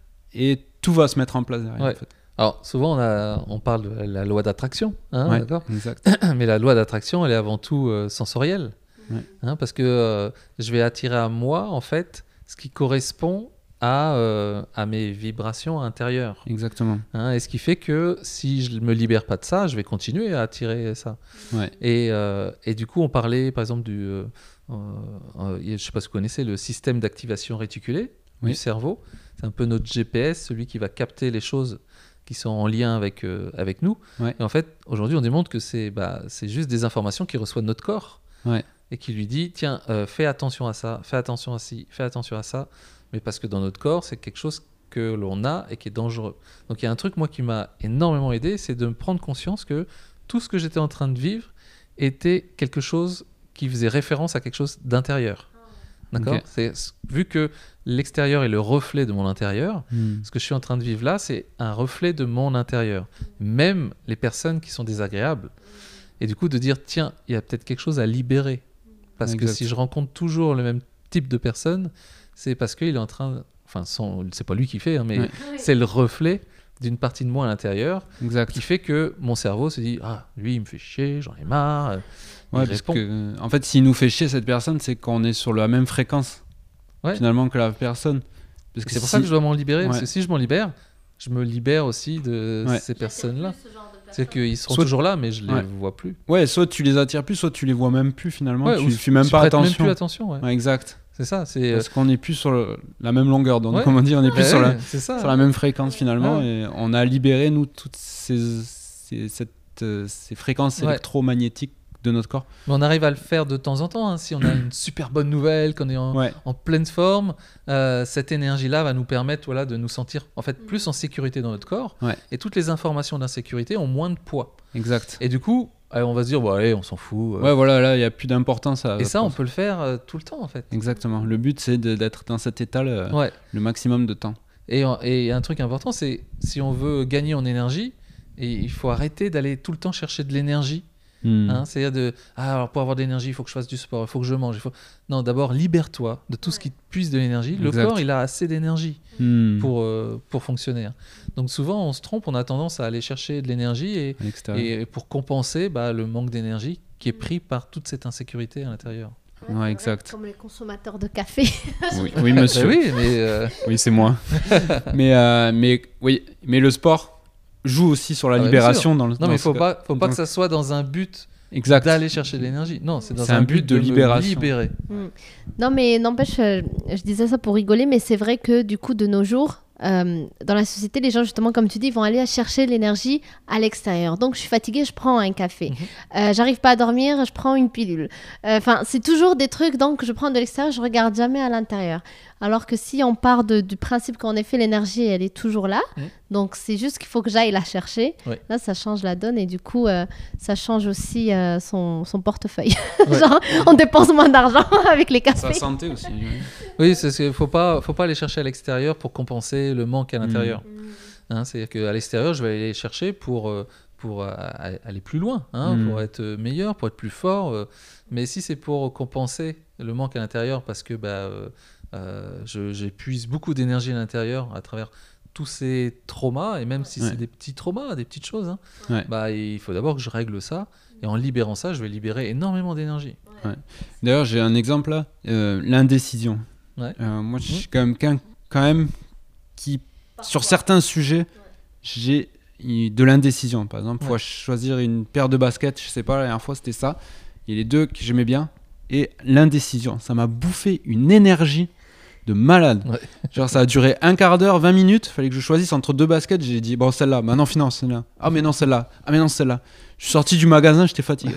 Et tout va se mettre en place derrière. Ouais. En fait. Alors, souvent, on, a, on parle de la loi d'attraction, hein, Ouais, d'accord. exact. Mais la loi d'attraction, elle est avant tout euh, sensorielle. Ouais. Hein, parce que euh, je vais attirer à moi, en fait, ce qui correspond à, euh, à mes vibrations intérieures. Exactement. Hein, et ce qui fait que si je ne me libère pas de ça, je vais continuer à attirer ça. Ouais. Et, euh, et du coup, on parlait, par exemple, du... Euh, euh, je ne sais pas si vous connaissez le système d'activation réticulée Oui. du cerveau. C'est un peu notre G P S, celui qui va capter les choses qui sont en lien avec, euh, avec nous. Ouais. Et en fait, aujourd'hui, on démontre que c'est bah, c'est juste des informations qu'il reçoit de notre corps. Ouais. Et qui lui dit, tiens, euh, fais attention à ça, fais attention à ci, fais attention à ça. Mais parce que dans notre corps, c'est quelque chose que l'on a et qui est dangereux. Donc il y a un truc, moi, qui m'a énormément aidé, c'est de me prendre conscience que tout ce que j'étais en train de vivre était quelque chose qui faisait référence à quelque chose d'intérieur. D'accord. Ok. C'est, vu que l'extérieur est le reflet de mon intérieur, Hmm. ce que je suis en train de vivre là, c'est un reflet de mon intérieur. Même les personnes qui sont désagréables. Et du coup, de dire, tiens, il y a peut-être quelque chose à libérer. Parce Exact. que si je rencontre toujours le même type de personne, c'est parce qu'il est en train... Enfin, son... c'est pas lui qui fait, hein, mais Ouais. c'est le reflet d'une partie de moi à l'intérieur Exact. qui fait que mon cerveau se dit, ah, lui, il me fait chier, j'en ai marre. Il Ouais, parce répond. que, en fait, s'il nous fait chier cette personne, c'est qu'on est sur la même fréquence Ouais. finalement que la personne. Parce que C'est pour si- ça que je dois m'en libérer, parce Ouais. que si je m'en libère, je me libère aussi de Ouais. ces personnes-là. C'est qu'ils seront Soit- toujours là, mais je les Ouais. vois plus. Ouais, soit tu les attires plus, soit tu les vois même plus finalement. Ouais, tu ou fais même tu pas prêtes attention. même plus attention. Ouais. Ouais, exact. C'est ça. C'est, euh, Parce qu'on est plus sur le- la même longueur d'onde, Ouais. comme on dit, on est plus ouais, sur, la, ouais, c'est ça. sur la même fréquence finalement. Ouais. Et on a libéré, nous, toutes ces, ces, cette, euh, ces fréquences Ouais. électromagnétiques de notre corps. Mais on arrive à le faire de temps en temps. Hein. Si on a une super bonne nouvelle, qu'on est en, Ouais, en pleine forme, euh, cette énergie-là va nous permettre voilà, de nous sentir en fait plus en sécurité dans notre corps. Ouais. Et toutes les informations d'insécurité ont moins de poids. exact. Et du coup, allez, on va se dire, bon, allez, on s'en fout. euh. Ouais, voilà, là, il n'y a plus d'importance à. Et ça, on peut le faire euh, tout le temps en fait. Exactement. Le but, c'est de- d'être dans cet état le, Ouais. le maximum de temps. Et, et un truc important, c'est si on veut gagner en énergie, et il faut arrêter d'aller tout le temps chercher de l'énergie. Hmm. Hein, c'est-à-dire de ah, alors pour avoir de l'énergie, il faut que je fasse du sport, il faut que je mange. Il faut... Non, d'abord, libère-toi de tout ce qui te puise de l'énergie. Le Exact. corps, il a assez d'énergie Hmm. pour, euh, pour fonctionner. hein. Donc souvent, on se trompe, on a tendance à aller chercher de l'énergie et, À l'extérieur. et pour compenser bah, le manque d'énergie qui est pris par toute cette insécurité à l'intérieur. Ouais, exact. Comme les consommateurs de café. Oui, oui, monsieur. Bah oui, mais euh, Oui, c'est moi. mais, euh, mais, oui, mais le sport joue aussi sur la Ah bah, libération. Dans le, non, dans mais il ce faut cas. pas, faut pas Donc- que ça soit dans un but Exact. d'aller chercher de l'énergie. Non, c'est dans C'est un, un but de me libération. libérer. Non, mais n'empêche, euh, je disais ça pour rigoler, mais c'est vrai que du coup, de nos jours, euh, dans la société, les gens, justement, comme tu dis, vont aller chercher l'énergie à l'extérieur. Donc, je suis fatiguée, je prends un café. Mhm. Euh, J'arrive pas à dormir, je prends une pilule. Enfin, c'est toujours des trucs, donc, je prends de l'extérieur, je regarde jamais à l'intérieur. Alors que si on part de- du principe qu'en effet, l'énergie, elle est toujours là, Mhm. donc c'est juste qu'il faut que j'aille la chercher. Ouais. Là, ça change la donne et du coup, euh, ça change aussi euh, son, son portefeuille. Ouais. Genre, on dépense moins d'argent avec les Sa cafés. santé aussi. oui. Oui, c'est qu'il faut pas, faut pas aller chercher à l'extérieur pour compenser le manque à l'intérieur. Hein, c'est-à-dire qu'à l'extérieur, je vais aller chercher pour, euh, pour euh, aller plus loin, hein, Mm. pour être meilleur, pour être plus fort. euh. Mais si c'est pour compenser le manque à l'intérieur parce que bah, euh, euh, je- j'épuise beaucoup d'énergie à l'intérieur à travers tous ces traumas, et même si Ouais. c'est des petits traumas, des petites choses, hein, Ouais. bah, il faut d'abord que je règle ça. Et en libérant ça, je vais libérer énormément d'énergie. D'ailleurs, j'ai un exemple là, euh, l'indécision. Ouais. Euh, moi, je suis quand même, qu'un- quand même qui, sur certains sujets, j'ai de l'indécision. Par exemple, faut Ouais. choisir une paire de baskets, je sais pas, la dernière fois c'était ça. Il y a les deux que j'aimais bien. Et l'indécision, ça m'a bouffé une énergie de malade. Ouais. Genre, ça a duré un quart d'heure, vingt minutes. Fallait que je choisisse entre deux baskets. J'ai dit, bon, celle-là. Bah non, finalement, celle-là. Ah, mais non, celle-là. Ah, mais non, celle-là. Je suis sorti du magasin, j'étais fatigué.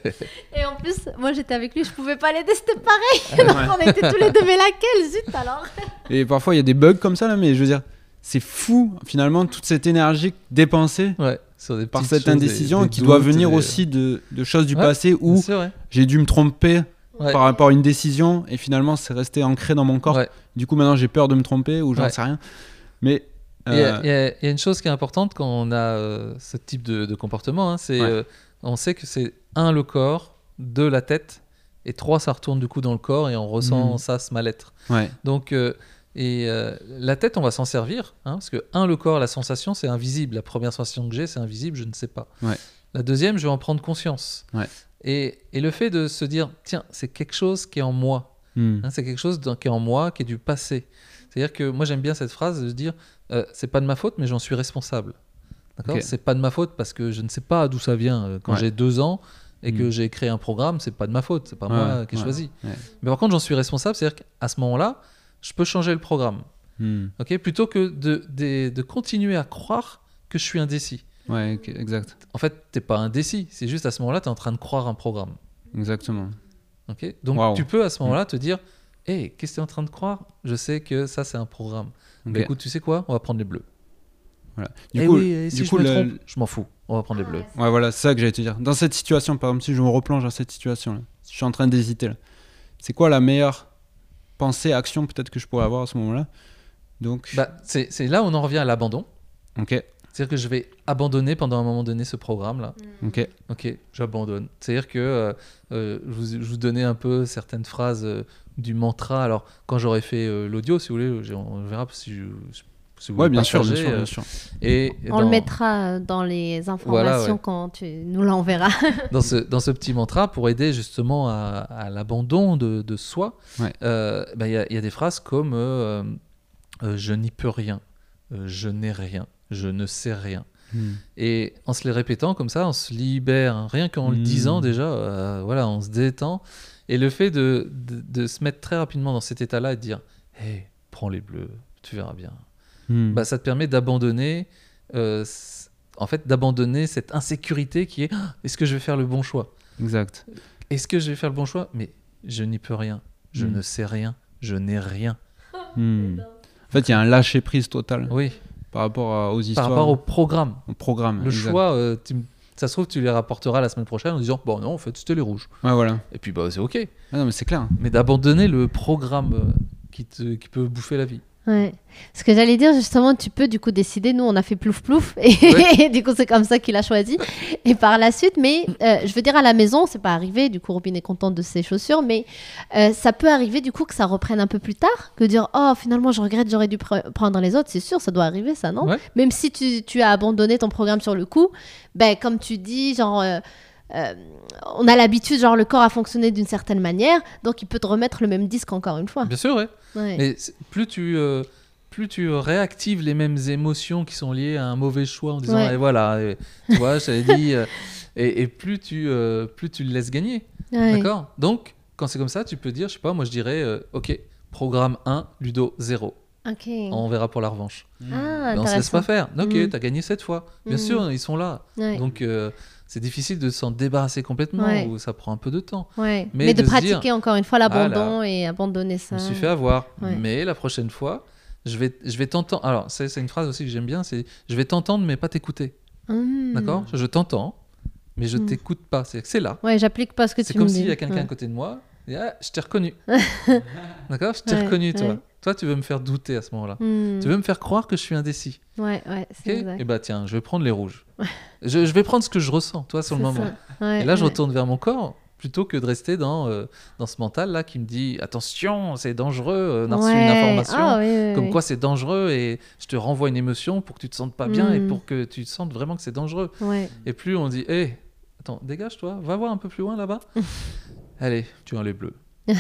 Et en plus, moi j'étais avec lui, je pouvais pas l'aider, c'était pareil. Donc on était tous les deux, mais laquelle, zut alors. Et parfois, il y a des bugs comme ça, là, mais je veux dire, c'est fou, finalement, toute cette énergie dépensée Ouais, sur des par petites cette choses, indécision des- qui des doit doutes, venir des- aussi de, de choses du Ouais, passé où C'est vrai. j'ai dû me tromper Ouais. par rapport à une décision et finalement, c'est resté ancré dans mon corps. Ouais. Du coup, maintenant, j'ai peur de me tromper ou j'en Ouais. sais rien. Mais. Il y, a- euh, il y a- il y a une chose qui est importante quand on a euh, ce type de, de comportement, hein, c'est Ouais. euh, on sait que c'est un le corps, deux la tête, et trois ça retourne du coup dans le corps et on ressent Mhm. ça ce mal-être. ouais. Donc euh, et euh, la tête on va s'en servir, hein, parce que un le corps, la sensation c'est invisible. La première sensation que j'ai c'est invisible, je ne sais pas. Ouais. La deuxième je vais en prendre conscience. Ouais. Et, et le fait de se dire tiens c'est quelque chose qui est en moi. Hmm. Hein, c'est quelque chose dans- qui est en moi, qui est du passé. C'est-à-dire que moi j'aime bien cette phrase de se dire euh, c'est pas de ma faute mais j'en suis responsable. D'accord. Ok. C'est pas de ma faute parce que je ne sais pas d'où ça vient. Euh, Quand Ouais. j'ai deux ans et que Mm. j'ai créé un programme, c'est pas de ma faute, c'est pas Ouais, moi qui ai ouais, choisi. ouais. Mais par contre j'en suis responsable, c'est-à-dire qu'à ce moment-là, je peux changer le programme. Hmm. Ok. Plutôt que de, de, de continuer à croire que je suis indécis. Ouais, ok, exact. En fait, t'es pas indécis, c'est juste à ce moment-là, tu es en train de croire un programme. Exactement. Ok. Donc Waouh. tu peux à ce moment-là te dire hé, qu'est-ce que tu es en train de croire? Je sais que ça c'est un programme. Ok. Bah, écoute, tu sais quoi? On va prendre les bleus. Voilà. Du Eh coup, oui, et si du je coup me le- trompe, je m'en fous. On va prendre les bleus. Ouais, voilà, c'est ça que j'allais te dire. Dans cette situation, par exemple, si je me replonge dans cette situation-là, si je suis en train d'hésiter, là, c'est quoi la meilleure pensée, action peut-être que je pourrais avoir à ce moment-là? Donc, Bah, c'est c'est là où on en revient à l'abandon. ok, C'est-à-dire que je vais abandonner pendant un moment donné ce programme-là. ok, Ok, j'abandonne. C'est-à-dire que euh, euh, je, vous, je vous donnais un peu certaines phrases euh, du mantra. Alors, quand j'aurai fait euh, l'audio, si vous voulez, j'ai- on verra si, je, si vous ouais, voulez bien sûr, bien partager, sûr, euh, bien sûr. Et On dans, le mettra euh, dans les informations Voilà, ouais. quand tu nous l'enverras. dans, ce, dans ce petit mantra, pour aider justement à, à l'abandon de, de soi, Ouais. euh, bah, il y, a- il y a des phrases comme euh, euh, je n'y peux rien, euh, je n'ai rien, je ne sais rien. Hmm. Et en se les répétant comme ça, on se libère, hein. Rien qu'en le Mm. disant déjà, euh, voilà, on se détend. Et le fait de, de, de se mettre très rapidement dans cet état-là et de dire hey, prends les bleus, tu verras bien. Hmm. Bah, ça te permet d'abandonner, euh, c- en fait, d'abandonner cette insécurité qui est Ah, est-ce que je vais faire le bon choix? Exact. Est-ce que je vais faire le bon choix? Mais je n'y peux rien, je Mm. ne sais rien, je n'ai rien. Hmm. En fait, il y a un lâcher prise total Oui, par rapport à- aux par histoires, rapport au programme. au programme. Le exact. choix, euh, tu m- ça se trouve, tu les rapporteras la semaine prochaine en disant bon, non, en fait, c'était les rouges. Ouais, voilà. Et puis, bah, c'est OK. Ah non, mais c'est clair. Mais d'abandonner le programme euh, qui, te, qui peut bouffer la vie. Ouais. Ce que j'allais dire, justement, tu peux du coup décider. Nous, on a fait plouf plouf et, Ouais. et du coup, c'est comme ça qu'il a choisi. Et par la suite, mais euh, je veux dire, à la maison, c'est pas arrivé. Du coup, Robin est contente de ses chaussures, mais euh, ça peut arriver du coup que ça reprenne un peu plus tard, que dire oh finalement, je regrette, j'aurais dû pre- prendre les autres. C'est sûr, ça doit arriver, ça, non? Ouais. Même si tu, tu as abandonné ton programme sur le coup, ben comme tu dis, genre. euh, euh, on a l'habitude, genre le corps a fonctionné d'une certaine manière, donc il peut te remettre le même disque encore une fois. Bien sûr, ouais. Ouais. Mais c'est- plus tu, euh, plus tu réactives les mêmes émotions qui sont liées à un mauvais choix en disant Ouais. et voilà, et, tu vois, je t'avais dit, euh, et, et plus, tu, euh, plus tu le laisses gagner. Ouais. D'accord. Donc, quand c'est comme ça, tu peux dire, je sais pas, moi je dirais, euh, ok, programme un, Ludo zéro. Ok. On verra pour la revanche. Ah, Ben, on se laisse intéressant. pas faire. Ok, Mm. t'as gagné cette fois. Bien Mm. sûr, ils sont là. Ouais. Donc, euh, c'est difficile de s'en débarrasser complètement Ouais. ou ça prend un peu de temps. Ouais. Mais Mais, de, de se pratiquer dire, encore une fois l'abandon et abandonner Je ça. me suis fait avoir. Ouais. Mais la prochaine fois, je vais, je vais t'entendre. Alors, c'est c'est une phrase aussi que j'aime bien, c'est je vais t'entendre mais pas t'écouter. Hmm. D'accord? Je t'entends, mais je Mm. t'écoute pas. C'est c'est là. Ouais, j'applique pas ce que C'est tu comme me s'il dis. y a quelqu'un Ouais. à côté de moi. Et, ah, je t'ai reconnu. D'accord? Je t'ai Ouais, reconnu, toi. ouais. Toi, tu veux me faire douter à ce moment-là. Hmm. Tu veux me faire croire que je suis indécis. Ouais, ouais, c'est Ok? exact. Et bah tiens, je vais prendre les rouges. je, je vais prendre ce que je ressens, toi, sur le C'est moment. ça. Ouais, Et là, je ouais. retourne vers mon corps plutôt que de rester dans, euh, dans ce mental-là qui me dit attention, c'est dangereux, euh, on a reçu une Ouais. information. Ah, oui, oui, Comme oui. quoi c'est dangereux et je te renvoie une émotion pour que tu te sentes pas bien et Mm. pour que tu sentes vraiment que c'est dangereux. Ouais. Et plus on dit hé, attends, dégage-toi, va voir un peu plus loin là-bas. Allez, tu as les bleus.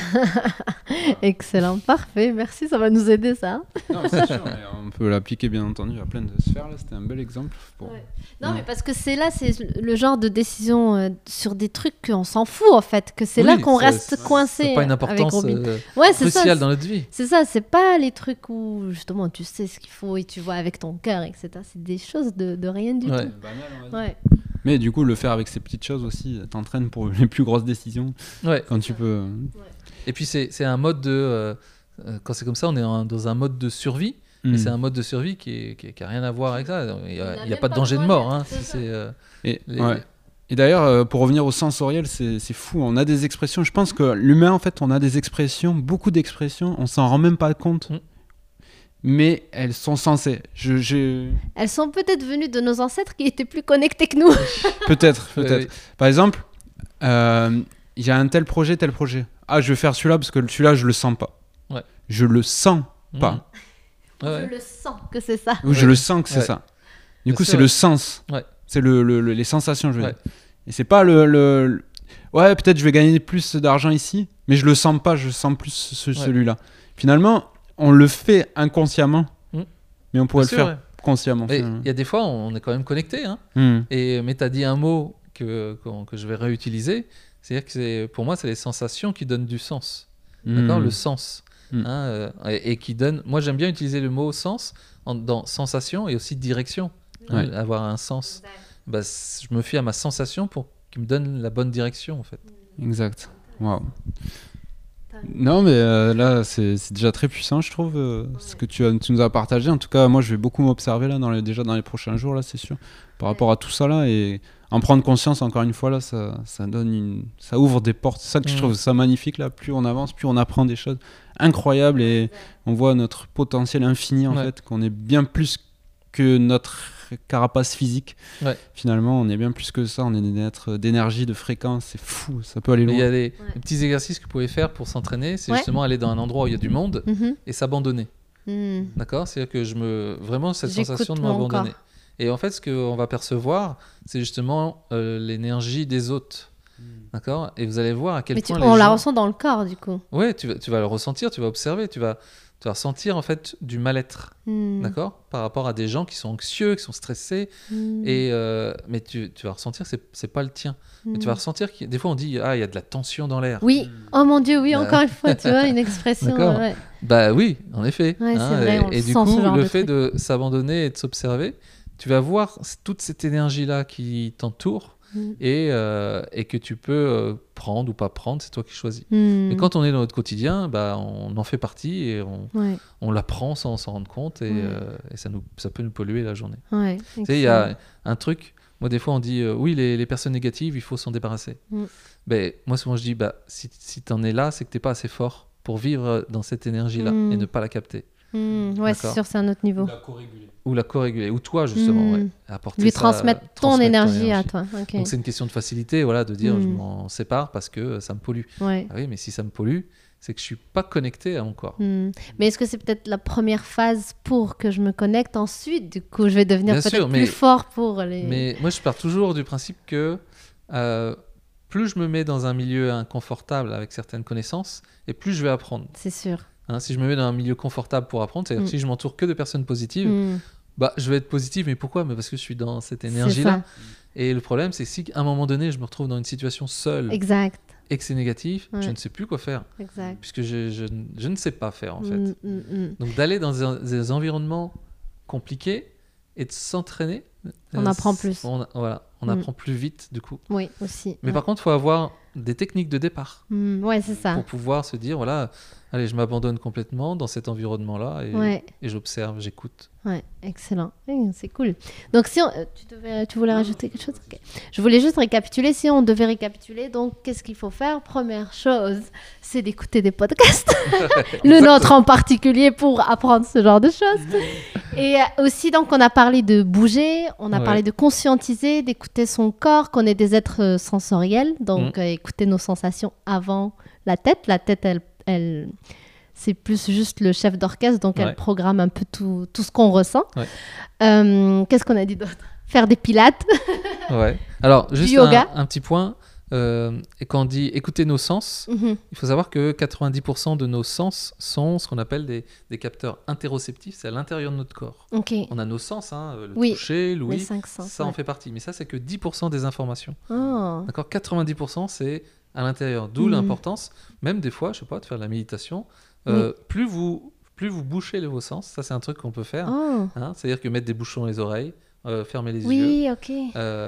Excellent, parfait, merci, ça va nous aider ça. Non, c'est sûr, mais on peut l'appliquer bien entendu à plein de sphères. Là, c'était un bel exemple. Pour... Ouais. Non, Ouais. mais parce que c'est là, c'est le genre de décision euh, sur des trucs qu'on s'en fout en fait, que c'est Oui, là qu'on ça- reste ça- coincé. C'est pas une avec importance Robin. euh, Ouais, c'est ça. cruciale dans notre vie. C'est ça, c'est pas les trucs où justement tu sais ce qu'il faut et tu vois avec ton cœur, et cetera. C'est des choses de, de rien du Ouais. tout. Banal, on va dire. Ouais. Mais du coup, le faire avec ces petites choses aussi, t'entraînes pour les plus grosses décisions. Ouais. Quand tu peux. Et puis c'est, c'est un mode de. Euh, quand c'est comme ça, on est en, dans un mode de survie. Mm. Et c'est un mode de survie qui n'a qui, qui a rien à voir avec ça. Il n'y a, On a il y a même pas de pas danger de le droit mort. Hein, d'être, si c'est c'est, euh, Et, les- ouais. Et d'ailleurs, euh, pour revenir au sensoriel, c'est, c'est fou. On a des expressions. Je pense que l'humain, en fait, on a des expressions, beaucoup d'expressions. On s'en rend même pas compte. Mm. Mais elles sont censées. Je, j'ai... Elles sont peut-être venues de nos ancêtres qui étaient plus connectés que nous. Peut-être, Ouais, peut-être. oui. Par exemple, euh, il y a un tel projet, tel projet. Ah, je vais faire celui-là parce que celui-là, je le sens pas. Ouais. Je le sens pas. Mmh. Ouais, ouais. Je le sens que c'est ça. Ou je Ouais. le sens que c'est Ouais. ça. Du Bien coup, sûr, c'est ouais. le sens. Ouais. C'est le, le- le- les sensations, je veux Ouais. dire. Et c'est pas le, le- le- Ouais, peut-être je vais gagner plus d'argent ici, mais je le sens pas, je sens plus ce- Ouais. celui-là. Finalement, on le fait inconsciemment, Mm. mais on pourrait Bien le sûr, faire ouais. consciemment. Et finalement. il y a des fois, on est quand même connecté. Hein. Hmm. Et, mais tu as dit un mot que, qu'on- que je vais réutiliser. C'est-à-dire que c'est, pour moi, c'est les sensations qui donnent du sens. D'accord, Hmm. le sens. Mm. Hein, euh, et, et qui donne. Moi, j'aime bien utiliser le mot sens en- dans sensation et aussi direction. Hein, Ouais. avoir un sens. Bah, c- je me fie à ma sensation pour qu'il me donne la bonne direction, en fait. Exact. Waouh. Non, mais euh, là, c'est c'est déjà très puissant, je trouve, euh, ce que tu, as, tu nous as partagé. En tout cas, moi, je vais beaucoup m'observer là, dans les, déjà dans les prochains jours, là, c'est sûr, par rapport à tout ça là, et en prendre conscience encore une fois là, ça, ça donne une, ça ouvre des portes. C'est ça que je Mm. trouve ça magnifique là. Plus on avance, plus on apprend des choses incroyables et on voit notre potentiel infini en Ouais. fait, qu'on est bien plus que notre carapace physique. Ouais. Finalement, on est bien plus que ça. On est des êtres d'énergie, de fréquence. C'est fou, ça peut aller Mais il y loin. a des, Ouais. des petits exercices que vous pouvez faire pour s'entraîner. C'est Ouais. justement aller dans un endroit où il y a du monde Mhm. et s'abandonner. Hmm. D'accord. C'est-à-dire que je me. Vraiment, cette J'écoute sensation de mon m'abandonner. corps. Et en fait, ce qu'on va percevoir, c'est justement euh, l'énergie des autres. D'accord. Et vous allez voir à quel Mais tu- point. on les la gens... ressent dans le corps, du coup. Ouais, tu vas, tu vas le ressentir, tu vas observer, tu vas, tu vas ressentir en fait du mal-être. Hmm. D'accord. Par rapport à des gens qui sont anxieux, qui sont stressés. Hmm. Et, euh, mais tu, tu vas ressentir, c'est, c'est pas le tien. Mais tu vas Hmm. ressentir qu'il y a- des fois on dit ah il y a de la tension dans l'air. Oui, oh mon Dieu, oui, Bah. encore une fois, tu vois, une expression. D'accord. ouais. Bah oui, en effet. Ouais, c'est vrai, et on le et du sent, coup, ce genre le de fait truc. de s'abandonner et de s'observer, tu vas voir c- toute cette énergie-là qui t'entoure Mm. et, euh, et que tu peux euh, prendre ou pas prendre, c'est toi qui choisis. Hmm. Mais quand on est dans notre quotidien, bah, on en fait partie et on, Ouais, on l'apprend sans s'en rendre compte et, Ouais. euh, et ça, nous, ça peut nous polluer la journée. ouais. Tu sais, il y a excellent. un truc, moi des fois on dit euh, oui, les, les personnes négatives, il faut s'en débarrasser. Mm. Ben, moi souvent je dis bah, si, si tu en es là, c'est que tu n'es pas assez fort pour vivre dans cette énergie-là Mm. et ne pas la capter. Hmm. Ouais, c'est D'accord. sûr, c'est un autre niveau. Ou la co-réguler, ou toi justement, Mm. ouais, apporter Lui ça, transmettre euh, ton transmettre énergie à toi. Ok. Donc c'est une question de facilité, voilà, de dire Mm. je m'en sépare parce que ça me pollue. Ouais. Ah oui, mais si ça me pollue, c'est que je suis pas connecté à mon corps. Hmm. Mais est-ce que c'est peut-être la première phase pour que je me connecte ensuite? Du coup, je vais devenir Bien peut-être sûr, plus mais- fort pour les. Mais moi, je pars toujours du principe que euh, plus je me mets dans un milieu inconfortable avec certaines connaissances, et plus je vais apprendre. C'est sûr. Hein, si je me mets dans un milieu confortable pour apprendre, c'est-à-dire Mm. que si je m'entoure que de personnes positives, Hmm. bah, je vais être positif. Mais pourquoi? Mais parce que je suis dans cette C'est énergie-là. ça. Et le problème, c'est si à un moment donné, je me retrouve dans une situation seule Exact. et que c'est négatif, Ouais. je ne sais plus quoi faire, Exact. puisque je, je, je ne sais pas faire, en fait. Hmm, hmm, hmm. Donc d'aller dans un- des environnements compliqués et de s'entraîner. On euh, apprend c'est- plus. On, voilà, on Mm. apprend plus vite, du coup. Oui, aussi. Mais ouais. par contre, il faut avoir des techniques de départ Hmm, ouais, c'est ça. pour pouvoir se dire, voilà, allez, je m'abandonne complètement dans cet environnement-là et, Ouais. et j'observe, j'écoute. Ouais, excellent. Oui, c'est cool. Donc, si on, euh, tu, devais, tu voulais rajouter quelque chose? Ok. Je voulais juste récapituler. Si on devait récapituler, donc, qu'est-ce qu'il faut faire? Première chose, c'est d'écouter des podcasts. Le nôtre en particulier pour apprendre ce genre de choses. Et euh, aussi, donc, on a parlé de bouger, on a Ouais. parlé de conscientiser, d'écouter son corps, qu'on est des êtres euh, sensoriels. Donc, Mm. euh, écouter nos sensations avant la tête. La tête, elle... elle c'est plus juste le chef d'orchestre, donc Ouais. elle programme un peu tout, tout ce qu'on ressent. Ouais. Euh, Qu'est-ce qu'on a dit d'autre? Faire des pilates. Ouais. Alors, Du juste yoga. un, un petit point. euh, et quand on dit écouter nos sens, Mhm. il faut savoir que quatre-vingt-dix pour cent de nos sens sont ce qu'on appelle des, des capteurs interoceptifs, c'est à l'intérieur de notre corps. Ok. On a nos sens, hein, le Oui, toucher, Les l'ouïe, cinq sens. ça en ouais. fait partie. Mais ça, c'est que dix pour cent des informations. Oh. D'accord, quatre-vingt-dix pour cent c'est à l'intérieur. D'où Mhm. l'importance, même des fois, je sais pas, de faire de la méditation. Euh, plus, vous, plus vous bouchez vos sens, ça c'est un truc qu'on peut faire. Oh. Hein, c'est-à-dire que mettre des bouchons dans les oreilles, euh, fermer les yeux. Oui, ok. Euh,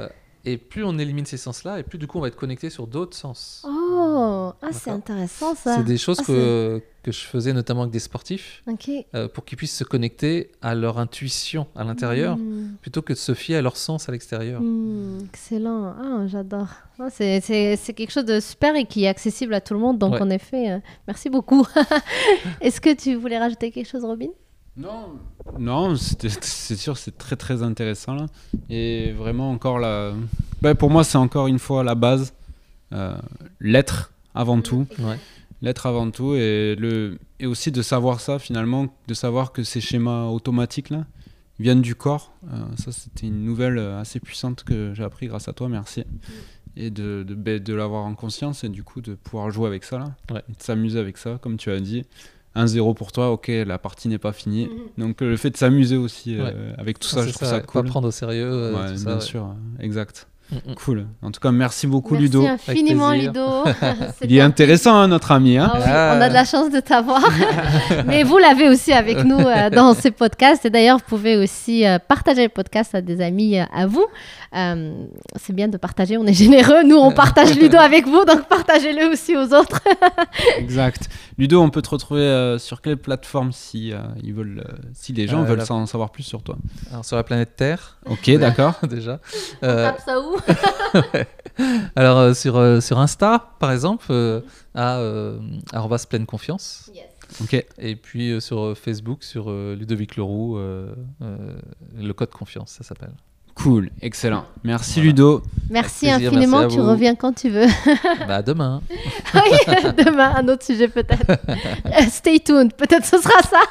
Et plus on élimine ces sens-là, et plus du coup on va être connecté sur d'autres sens. Oh, ah, c'est D'accord. intéressant ça. C'est des choses Ah, que, que je faisais notamment avec des sportifs, Ok. euh, pour qu'ils puissent se connecter à leur intuition à l'intérieur, Hmm. plutôt que de se fier à leur sens à l'extérieur. Hmm, excellent. Ah, j'adore. Ah, c'est, c'est, c'est quelque chose de super et qui est accessible à tout le monde. Donc, Ouais. en effet, euh, merci beaucoup. Est-ce que tu voulais rajouter quelque chose, Robin? Non, non, c'était- c'est sûr, c'est très très intéressant là. Et vraiment encore la, ben, pour moi c'est encore une fois la base, euh, l'être avant tout, Ouais. l'être avant tout et le et aussi de savoir ça finalement, de savoir que ces schémas automatiques là viennent du corps. Euh, ça c'était une nouvelle euh, assez puissante que j'ai appris grâce à toi, merci. Et de de, ben, de l'avoir en conscience et du coup de pouvoir jouer avec ça là, Ouais. et de s'amuser avec ça comme tu as dit. un zéro pour toi, ok, la partie n'est pas finie. Donc euh, le fait de s'amuser aussi euh, Ouais. avec tout Ah, ça, c'est je trouve ça, Pas cool. prendre au sérieux. euh, Ouais, tout ça, bien ouais. sûr, euh, exact. Mm, mm. Cool. En tout cas, merci beaucoup Merci Ludo. infiniment, plaisir. Ludo. Il est intéressant hein, notre ami. Hein. Ah oui, Ah. on a de la chance de t'avoir. Mais vous l'avez aussi avec nous euh, dans ces podcasts. Et d'ailleurs, vous pouvez aussi euh, partager le podcast à des amis euh, à vous. Euh, c'est bien de partager, on est généreux. Nous, on partage Ludo avec vous, donc partagez-le aussi aux autres. Exact. Ludo, on peut te retrouver euh, sur quelle plateforme si, euh, ils veulent, euh, si les gens Euh, veulent la- en savoir plus sur toi. Alors, sur la planète Terre, Ok, d'accord. déjà. On Euh, tape ça où? alors, euh, sur, euh, sur Insta, par exemple, euh, à euh, arobase pleine confiance. Ok. Et puis euh, sur euh, Facebook, sur euh, Ludovic Leroux, euh, euh, le code confiance, ça s'appelle. Cool, excellent. Merci Voilà. Ludo. Merci Avec plaisir, infiniment. merci à Tu vous. reviens quand tu veux. Bah, à demain. Oui, demain, un autre sujet peut-être. Euh, Stay tuned, peut-être ce sera ça.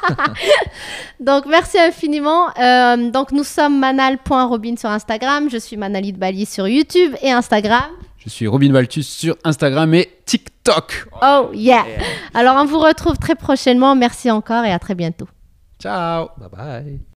Donc, merci infiniment. Euh, donc, nous sommes manal point robin sur Instagram. Je suis Manalide Bali sur YouTube et Instagram. Je suis Robin Baltus sur Instagram et TikTok. Oh yeah. Alors, on vous retrouve très prochainement. Merci encore et à très bientôt. Ciao. Bye bye.